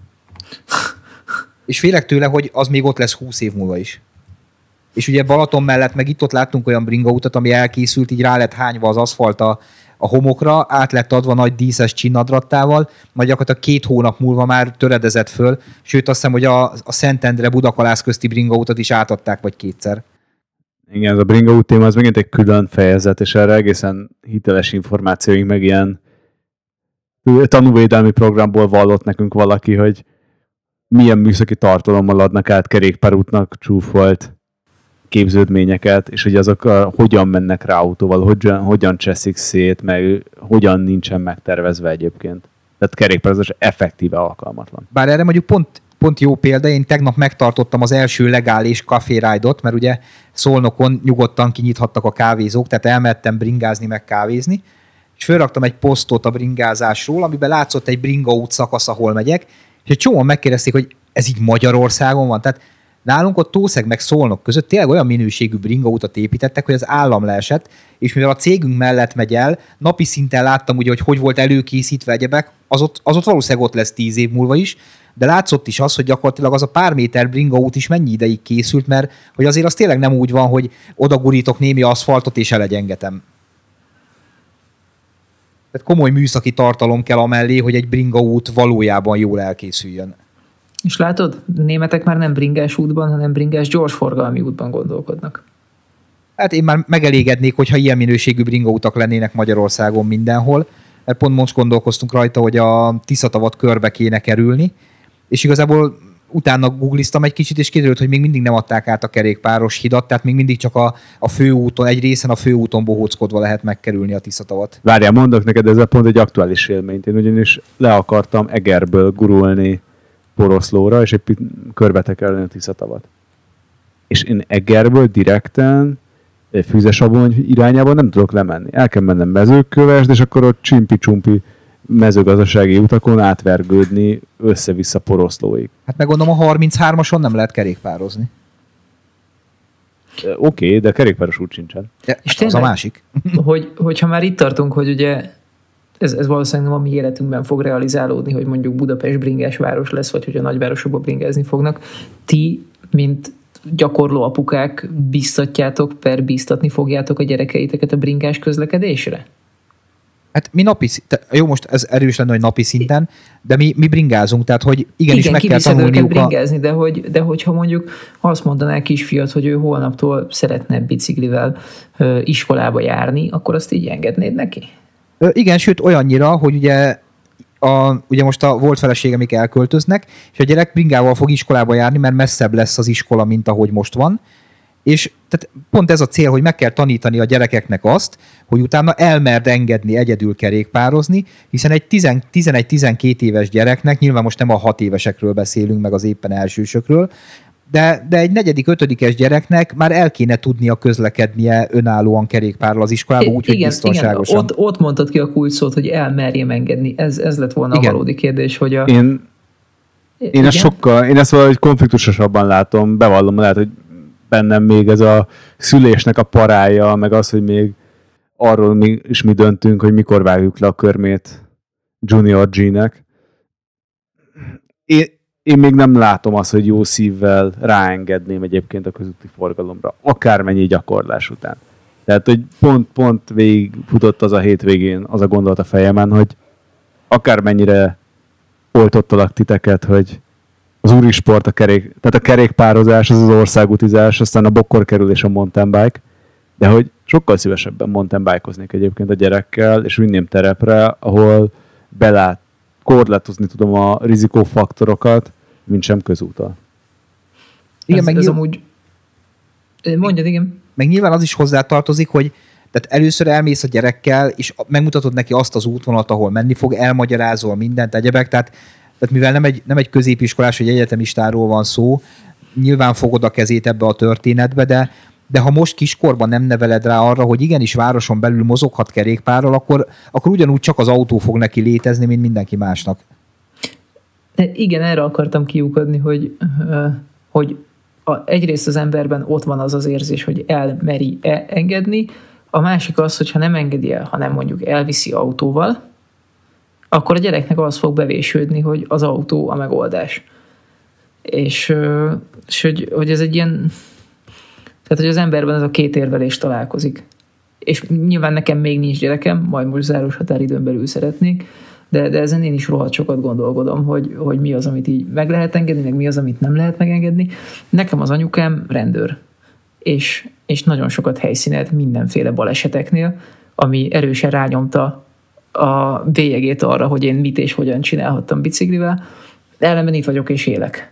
És félek tőle, hogy az még ott lesz húsz év múlva is. És ugye Balaton mellett meg itt-ott láttunk olyan bringautat, ami elkészült, így rá lett hányva az aszfalt a, a homokra, át lett adva nagy díszes csinnadrattával, majd gyakorlatilag két hónap múlva már töredezett föl, sőt azt hiszem, hogy a, a Szentendre Budakalász közti bringautat is átadták vagy kétszer. Igen, ez a bringaút téma az megint egy külön fejezet, és erre egészen hiteles információink, meg ilyen tanúvédelmi programból vallott nekünk valaki, hogy milyen műszaki tartalommal adnak át kerékpárútnak csúfolt képződményeket, és hogy azok a, hogyan mennek rá autóval, hogyan, hogyan cseszik szét, meg hogyan nincsen megtervezve egyébként. Tehát kerékpározás effektíve alkalmatlan. Bár erre mondjuk pont, pont jó példa, én tegnap megtartottam az első legális kaférájdot, mert ugye Szolnokon nyugodtan kinyithattak a kávézók, tehát elmehettem bringázni, meg kávézni, és felraktam egy posztot a bringázásról, amiben látszott egy bringaút szakasz, ahol megyek, és egy csomóan megkérdezték, hogy ez így Magyarországon van. Tehát nálunk ott Tószeg meg Szolnok között tényleg olyan minőségű bringautat építettek, hogy az állam leesett, és mivel a cégünk mellett megy el, napi szinten láttam ugye, hogy hogy volt előkészítve egyebek, az ott, az ott valószínűleg ott lesz tíz év múlva is, de látszott is az, hogy gyakorlatilag az a pár méter bringaút is mennyi ideig készült, mert hogy azért az tényleg nem úgy van, hogy odagurítok némi aszfaltot és elegyengetem. Tehát komoly műszaki tartalom kell amellé, hogy egy bringaút valójában jól elkészüljön. És látod, németek már nem bringás útban, hanem bringás gyorsforgalmi útban gondolkodnak. Hát én már megelégednék, hogyha ilyen minőségű bringautak lennének Magyarországon mindenhol, mert pont most gondolkoztunk rajta, hogy a Tiszatavat körbe kéne kerülni, és igazából utána googliztam egy kicsit, és kiderült, hogy még mindig nem adták át a kerékpáros hidat, tehát még mindig csak a, a főúton, egy részen a főúton bohóckodva lehet megkerülni a Tiszatavat. Várjál, mondok neked, ez a pont egy aktuális élményt. Én ugyanis le akartam Egerből gurulni Poroszlóra, és egy körbetekerülni a Tiszatavat. És én Egerből direkten Füzesabony irányában nem tudok lemenni. El kell mennem Mezőkövesd, és akkor ott csimpi-csumpi mezőgazdasági utakon átvergődni össze-vissza Poroszlóig. Hát meg gondolom a harminchármason nem lehet kerékpározni. Oké, okay, de kerékpáros út sincsen. De és az a másik. hogy, hogyha már itt tartunk, hogy ugye ez, ez valószínűleg nem a mi életünkben fog realizálódni, hogy mondjuk Budapest bringás város lesz, vagy hogy a nagyvárosokban bringázni fognak. Ti, mint gyakorló apukák biztatjátok, per biztatni fogjátok a gyerekeiteket a bringás közlekedésre? Hát mi napi szinten, jó, most ez erős lenne, hogy napi szinten, de mi, mi bringázunk, tehát hogy igenis igen, meg kell tanulniuk a... bringázni, de, hogy, de hogyha mondjuk azt mondaná kisfiat, hogy ő holnaptól szeretne biciklivel ö, iskolába járni, akkor azt így engednéd neki? Ö, igen, sőt olyannyira, hogy ugye A, ugye most a volt feleségemik elköltöznek, és a gyerek bringával fog iskolába járni, mert messzebb lesz az iskola, mint ahogy most van. És tehát pont ez a cél, hogy meg kell tanítani a gyerekeknek azt, hogy utána elmerd engedni egyedül kerékpározni, hiszen egy tizenegy-tizenkét éves gyereknek, nyilván most nem a hat évesekről beszélünk, meg az éppen elsősökről, de, de egy negyedik, ötödikes gyereknek már el kéne tudnia közlekednie önállóan kerékpárral az iskolába, úgyhogy biztonságosan. Igen, ott, ott mondtad ki a kulcsszót, hogy elmerjem engedni. Ez, ez lett volna igen. A valódi kérdés, hogy a... Én, én ezt sokkal, én ezt valahogy konfliktusosabban látom, bevallom, lehet, hogy bennem még ez a szülésnek a parája, meg az, hogy még arról mi, is mi döntünk, hogy mikor vágjuk le a körmét Junior G-nek. Én, én még nem látom azt, hogy jó szívvel ráengedném egyébként a közúti forgalomra, akármennyi gyakorlás után. Tehát, hogy pont-pont végig futott az a hétvégén az a gondolat a fejemen, hogy akármennyire oltottalak titeket, hogy az úrisport, a kerék, tehát a kerékpározás, az az országutizás, aztán a bokkorkerülés, a mountain bike, de hogy sokkal szívesebben mountain bike-oznék egyébként a gyerekkel, és vinném terepre, ahol belát, korlátozni tudom a rizikófaktorokat, mint sem közúttal. Igen, ez, meg ez nyilván, amúgy... Mondjad, igen. Meg nyilván az is hozzátartozik, hogy Tehát először elmész a gyerekkel, és megmutatod neki azt az útvonalat, ahol menni fog, elmagyarázol mindent, egyebek, tehát, tehát mivel nem egy, nem egy középiskolás vagy egyetemistáról van szó, nyilván fogod a kezét ebbe a történetbe, de, de ha most kiskorban nem neveled rá arra, hogy igenis városon belül mozoghat kerékpárral, akkor, akkor ugyanúgy csak az autó fog neki létezni, mint mindenki másnak. De igen, erre akartam kiukadni, hogy, hogy a, egyrészt az emberben ott van az az érzés, hogy elmeri -e engedni, a másik az, hogy ha nem engedi el, hanem mondjuk elviszi autóval, akkor a gyereknek az fog bevésődni, hogy az autó a megoldás. És, és hogy, hogy ez egy ilyen... Tehát, hogy az emberben ez a két érvelés találkozik. És nyilván nekem még nincs gyerekem, majd most záros határidőn belül szeretnék, de, de ezen én is rohadt sokat gondolkodom, hogy, hogy mi az, amit így meg lehet engedni, meg mi az, amit nem lehet megengedni. Nekem az anyukám rendőr, és, és nagyon sokat helyszínelt mindenféle baleseteknél, ami erősen rányomta a bélyegét arra, hogy én mit és hogyan csinálhattam biciklivel, de ellenben itt vagyok és élek.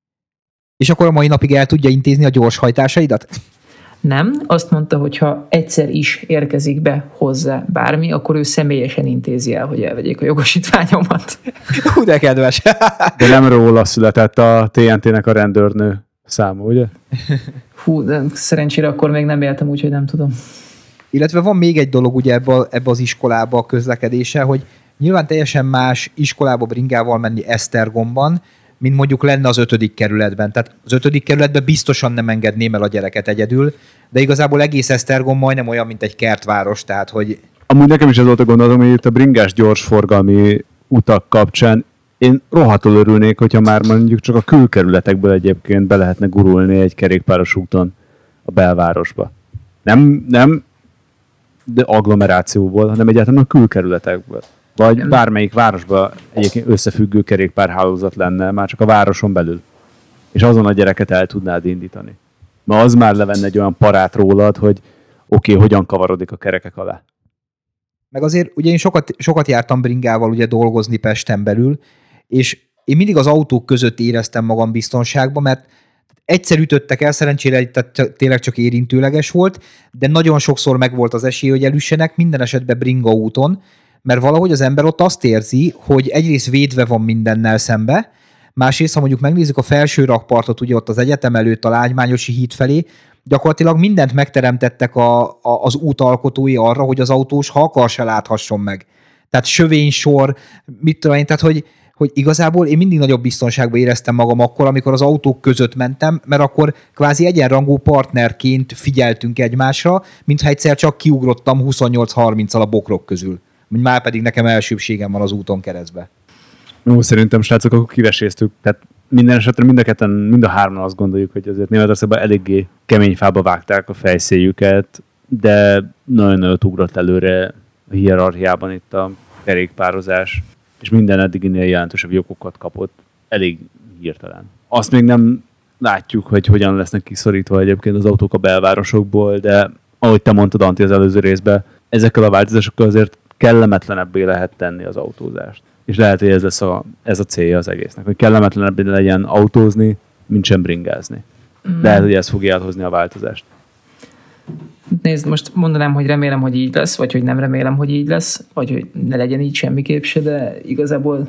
És akkor a mai napig el tudja intézni a gyorshajtásaidat? Nem, azt mondta, hogy ha egyszer is érkezik be hozzá bármi, akkor ő személyesen intézi el, hogy elvegyék a jogosítványomat. Hú, de kedves. De nem róla született a té en té-nek a rendőrnő száma, ugye? Hú, de szerencsére akkor még nem éltem, úgyhogy nem tudom. Illetve van még egy dolog ugye ebbe, ebbe az iskolába a közlekedése, hogy nyilván teljesen más iskolába bringával menni Esztergomban, mint mondjuk lenne az ötödik kerületben. Tehát az ötödik kerületben biztosan nem engedném el a gyereket egyedül, de igazából egész Esztergom majdnem olyan, mint egy kertváros, tehát hogy... Amúgy nekem is ez volt a gondolatom, hogy itt a bringás gyorsforgalmi utak kapcsán én rohadtul örülnék, hogyha már mondjuk csak a külkerületekből egyébként be lehetne gurulni egy kerékpáros úton a belvárosba. Nem, nem de agglomerációból, hanem egyáltalán a külkerületekből. Vagy bármelyik városban egyébként összefüggő kerékpárhálózat lenne, már csak a városon belül. És azon a gyereket el tudnád indítani. Ma az már levenne egy olyan parát rólad, hogy oké, okay, hogyan kavarodik a kerekek alá. Meg azért ugye én sokat, sokat jártam bringával ugye dolgozni Pesten belül, és én mindig az autók között éreztem magam biztonságban, mert egyszer ütöttek el, szerencsére tehát tényleg csak érintőleges volt, de nagyon sokszor megvolt az esély, hogy elüssenek, minden esetben bringa úton, mert valahogy az ember ott azt érzi, hogy egyrészt védve van mindennel szembe, másrészt, ha mondjuk megnézzük a felső rakpartot, ugye ott az egyetem előtt a Lágymányosi híd felé, gyakorlatilag mindent megteremtettek a, a, az útalkotói arra, hogy az autós ha akar se láthasson meg. Tehát sövénysor, mit tudom én, tehát hogy, hogy igazából én mindig nagyobb biztonságban éreztem magam akkor, amikor az autók között mentem, mert akkor kvázi egyenrangú partnerként figyeltünk egymásra, mintha egyszer csak kiugrottam huszonnyolc harminccal a bokrok közül. Már pedig nekem elsőbségem van az úton keresztbe. Jó, szerintem, srácok, akkor kiveséztük. Tehát minden esetre mind a ketten, mind a hárman azt gondoljuk, hogy azért Németországban eléggé kemény fába vágták a fejszéjüket, de nagyon-nagyon ugrott előre a hierarchiában itt a kerékpározás, és minden eddiginél jelentősebb jogokat kapott elég hirtelen. Azt még nem látjuk, hogy hogyan lesznek kiszorítva egyébként az autók a belvárosokból, de ahogy te mondtad, Antti, az előző részben, ezekkel a változásokkal azért kellemetlenebbé lehet tenni az autózást. És lehet, hogy ez lesz a, ez a célja az egésznek, hogy kellemetlenebbé legyen autózni, mint sem bringázni. Mm. Lehet, hogy ez fogja elhozni a változást. Nézd, most mondanám, hogy remélem, hogy így lesz, vagy hogy nem remélem, hogy így lesz, vagy hogy ne legyen így semmiképp se, de igazából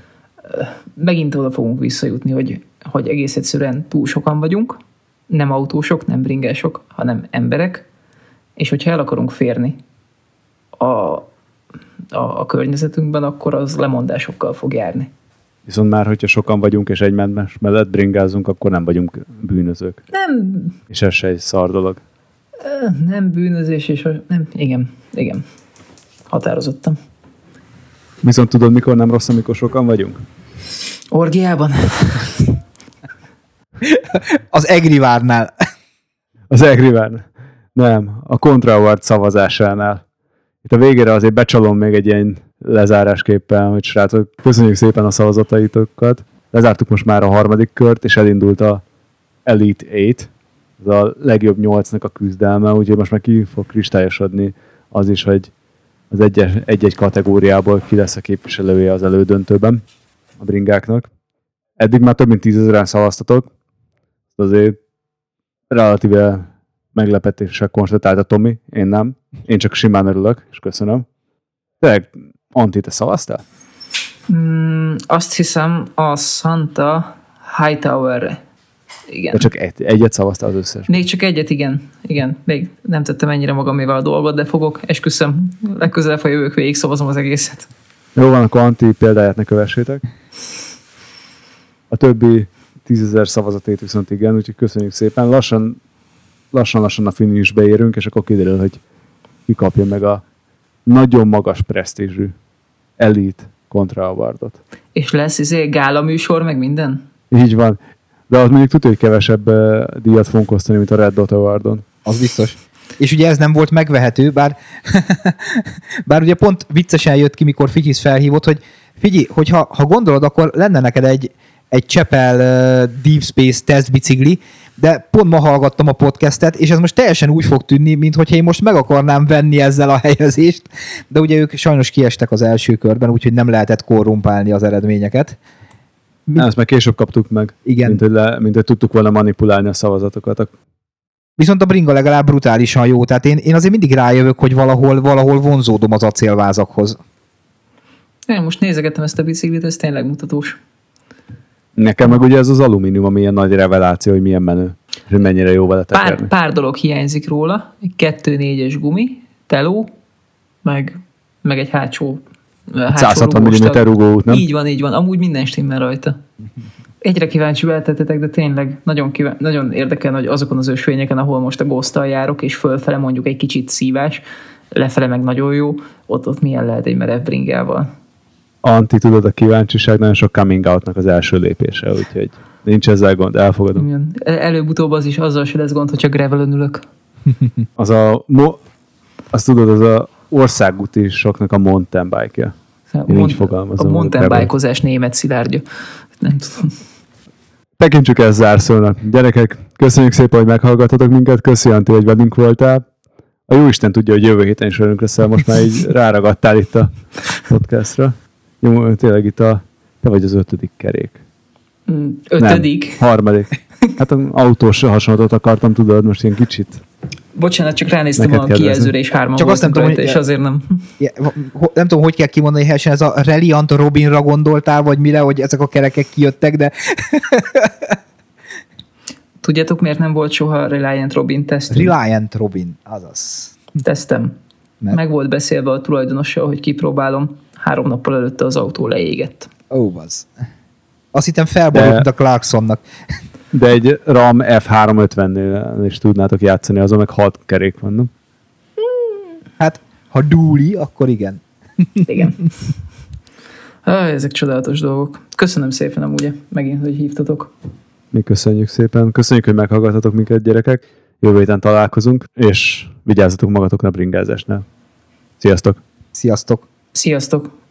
megint oda fogunk visszajutni, hogy, hogy egész egyszerűen túl sokan vagyunk, nem autósok, nem bringások, hanem emberek, és hogyha el akarunk férni a, a, a környezetünkben, akkor az lemondásokkal fog járni. Viszont már, hogyha sokan vagyunk és egymás mellett bringázunk, akkor nem vagyunk bűnözők. Nem. És ez se egy szar dolog. Nem bűnözés, és nem, igen, igen. Határozottam. Viszont tudod, mikor nem rossz, amikor sokan vagyunk? Orgiában. Az Egrivárnál. Az Egrivárnál. Nem, a Contra Award szavazásánál. Itt a végére azért becsalom még egy ilyen lezárásképpen, hogy srácok, köszönjük szépen a szavazataitokat. Lezártuk most már a harmadik kört, és elindult a Elite nyolc, ez a legjobb nyolcnak a küzdelme, úgyhogy most már ki fog kristályosodni az is, hogy az egy-egy kategóriából ki lesz a képviselője az elődöntőben a bringáknak. Eddig már több mint tízezeren szavaztatok, azért relatíve meglepetéssel konstatálta Tomi, én nem. Én csak simán örülök, és köszönöm. De Antti, te szavaztál? Mm, azt hiszem a Santa Hightower-re. Igen. De csak egy, egyet szavaztál az összes. Még csak egyet, igen. Igen. Még nem tettem ennyire magaméval a dolgot, de fogok, esküszöm. Legközelebb, ha jövök végig, szavazom az egészet. Jó van, akkor Antti példáját ne kövessétek. A többi tízezer szavazatét viszont igen, úgyhogy köszönjük szépen. Lassan, lassan-lassan a finishbe érünk, és akkor kiderül, hogy ki kapja meg a nagyon magas presztízsű Elite Contra Awardot. És lesz izé gála műsor, meg minden? Így van. De az mondjuk tudja, hogy kevesebb uh, díjat fogunk osztani, mint a Red Dot Awardon. Az biztos. És ugye ez nem volt megvehető, bár, bár ugye pont viccesen jött ki, mikor Figyis felhívott, hogy figyelj, hogyha ha gondolod, akkor lenne neked egy, egy Csepel uh, Deep Space tesztbicikli, de pont ma hallgattam a podcastet, és ez most teljesen úgy fog tűnni, mintha én most meg akarnám venni ezzel a helyezést, de ugye ők sajnos kiestek az első körben, úgyhogy nem lehetett korrumpálni az eredményeket. Nem, ezt meg később kaptuk meg, Igen. Mint, hogy le, mint hogy tudtuk volna manipulálni a szavazatokat. Viszont a bringa legalább brutálisan jó, tehát én, én azért mindig rájövök, hogy valahol, valahol vonzódom az acélvázakhoz. Én most nézegettem ezt a biciklit, ez tényleg mutatós. Nekem meg ugye ez az alumínium, ami ilyen nagy reveláció, hogy milyen menő, és hogy mennyire jó vele tekerni. Pár, pár dolog hiányzik róla, egy kettő négyes gumi, teló, meg, meg egy hátsó, hátsó száz hatvan milliméter rugóút, nem? Így van, így van. Amúgy minden stimmel rajta. Egyre kíváncsi lehetettetek, de tényleg nagyon, kíván, nagyon érdekel, hogy azokon az ösvényeken, ahol most a Ghost-tal járok, és fölfele mondjuk egy kicsit szívás, lefele meg nagyon jó, ott, ott milyen lehet egy merev bringával. Anti, tudod, a kíváncsiság nagyon sok coming outnak az első lépése, úgyhogy nincs ezzel gond, elfogadom. Igen. Előbb-utóbb az is azzal se lesz gond, hogyha gravelön ülök. Az a, mo- azt tudod, az a országúti soknak a mountain bike-ja. Én így fogalmazom. A mountain bike-ozás német szilárdja. Nem tudom. Tekintsük ezt zárszónak. Gyerekek, köszönjük szépen, hogy meghallgattatok minket. Köszi, Antti, hogy velünk voltál. A jóisten tudja, hogy jövő héten is velünk leszel, most már így ráragadtál itt a podcastra. Jó, tényleg itt a... Te vagy az ötödik kerék. Ötödik? Nem, harmadik. Hát az autós hasonlatot akartam, tudod, most ilyen kicsit. Bocsánat, csak ránéztem Neked a kijelzőre, és hárman csak azt nem tudom, rajta, hogy... és azért nem. Nem tudom, hogy kell kimondani helyesen, ez a Reliant Robinra gondoltál, vagy mire, hogy ezek a kerekek kijöttek, de... Tudjátok, miért nem volt soha Reliant Robin tesztünk? Reliant Robin, azaz. Tesztem. Mert? Meg volt beszélve a tulajdonossal, hogy kipróbálom. Három nappal előtte az autó leégett. Ó, oh, az. Azt hittem felborult, mint a Clarksonnak. De egy RAM F háromszázötvennél is tudnátok játszani, azon meg hat kerék van, nem? Hát, ha dúli, akkor igen. Igen. Ah, ezek csodálatos dolgok. Köszönöm szépen amúgy megint, hogy hívtatok. Mi köszönjük szépen. Köszönjük, hogy meghallgattatok minket, gyerekek. Jövő héten találkozunk, és vigyázzatok magatokra a bringázásnál. Sziasztok! Sziasztok! Sziasztok!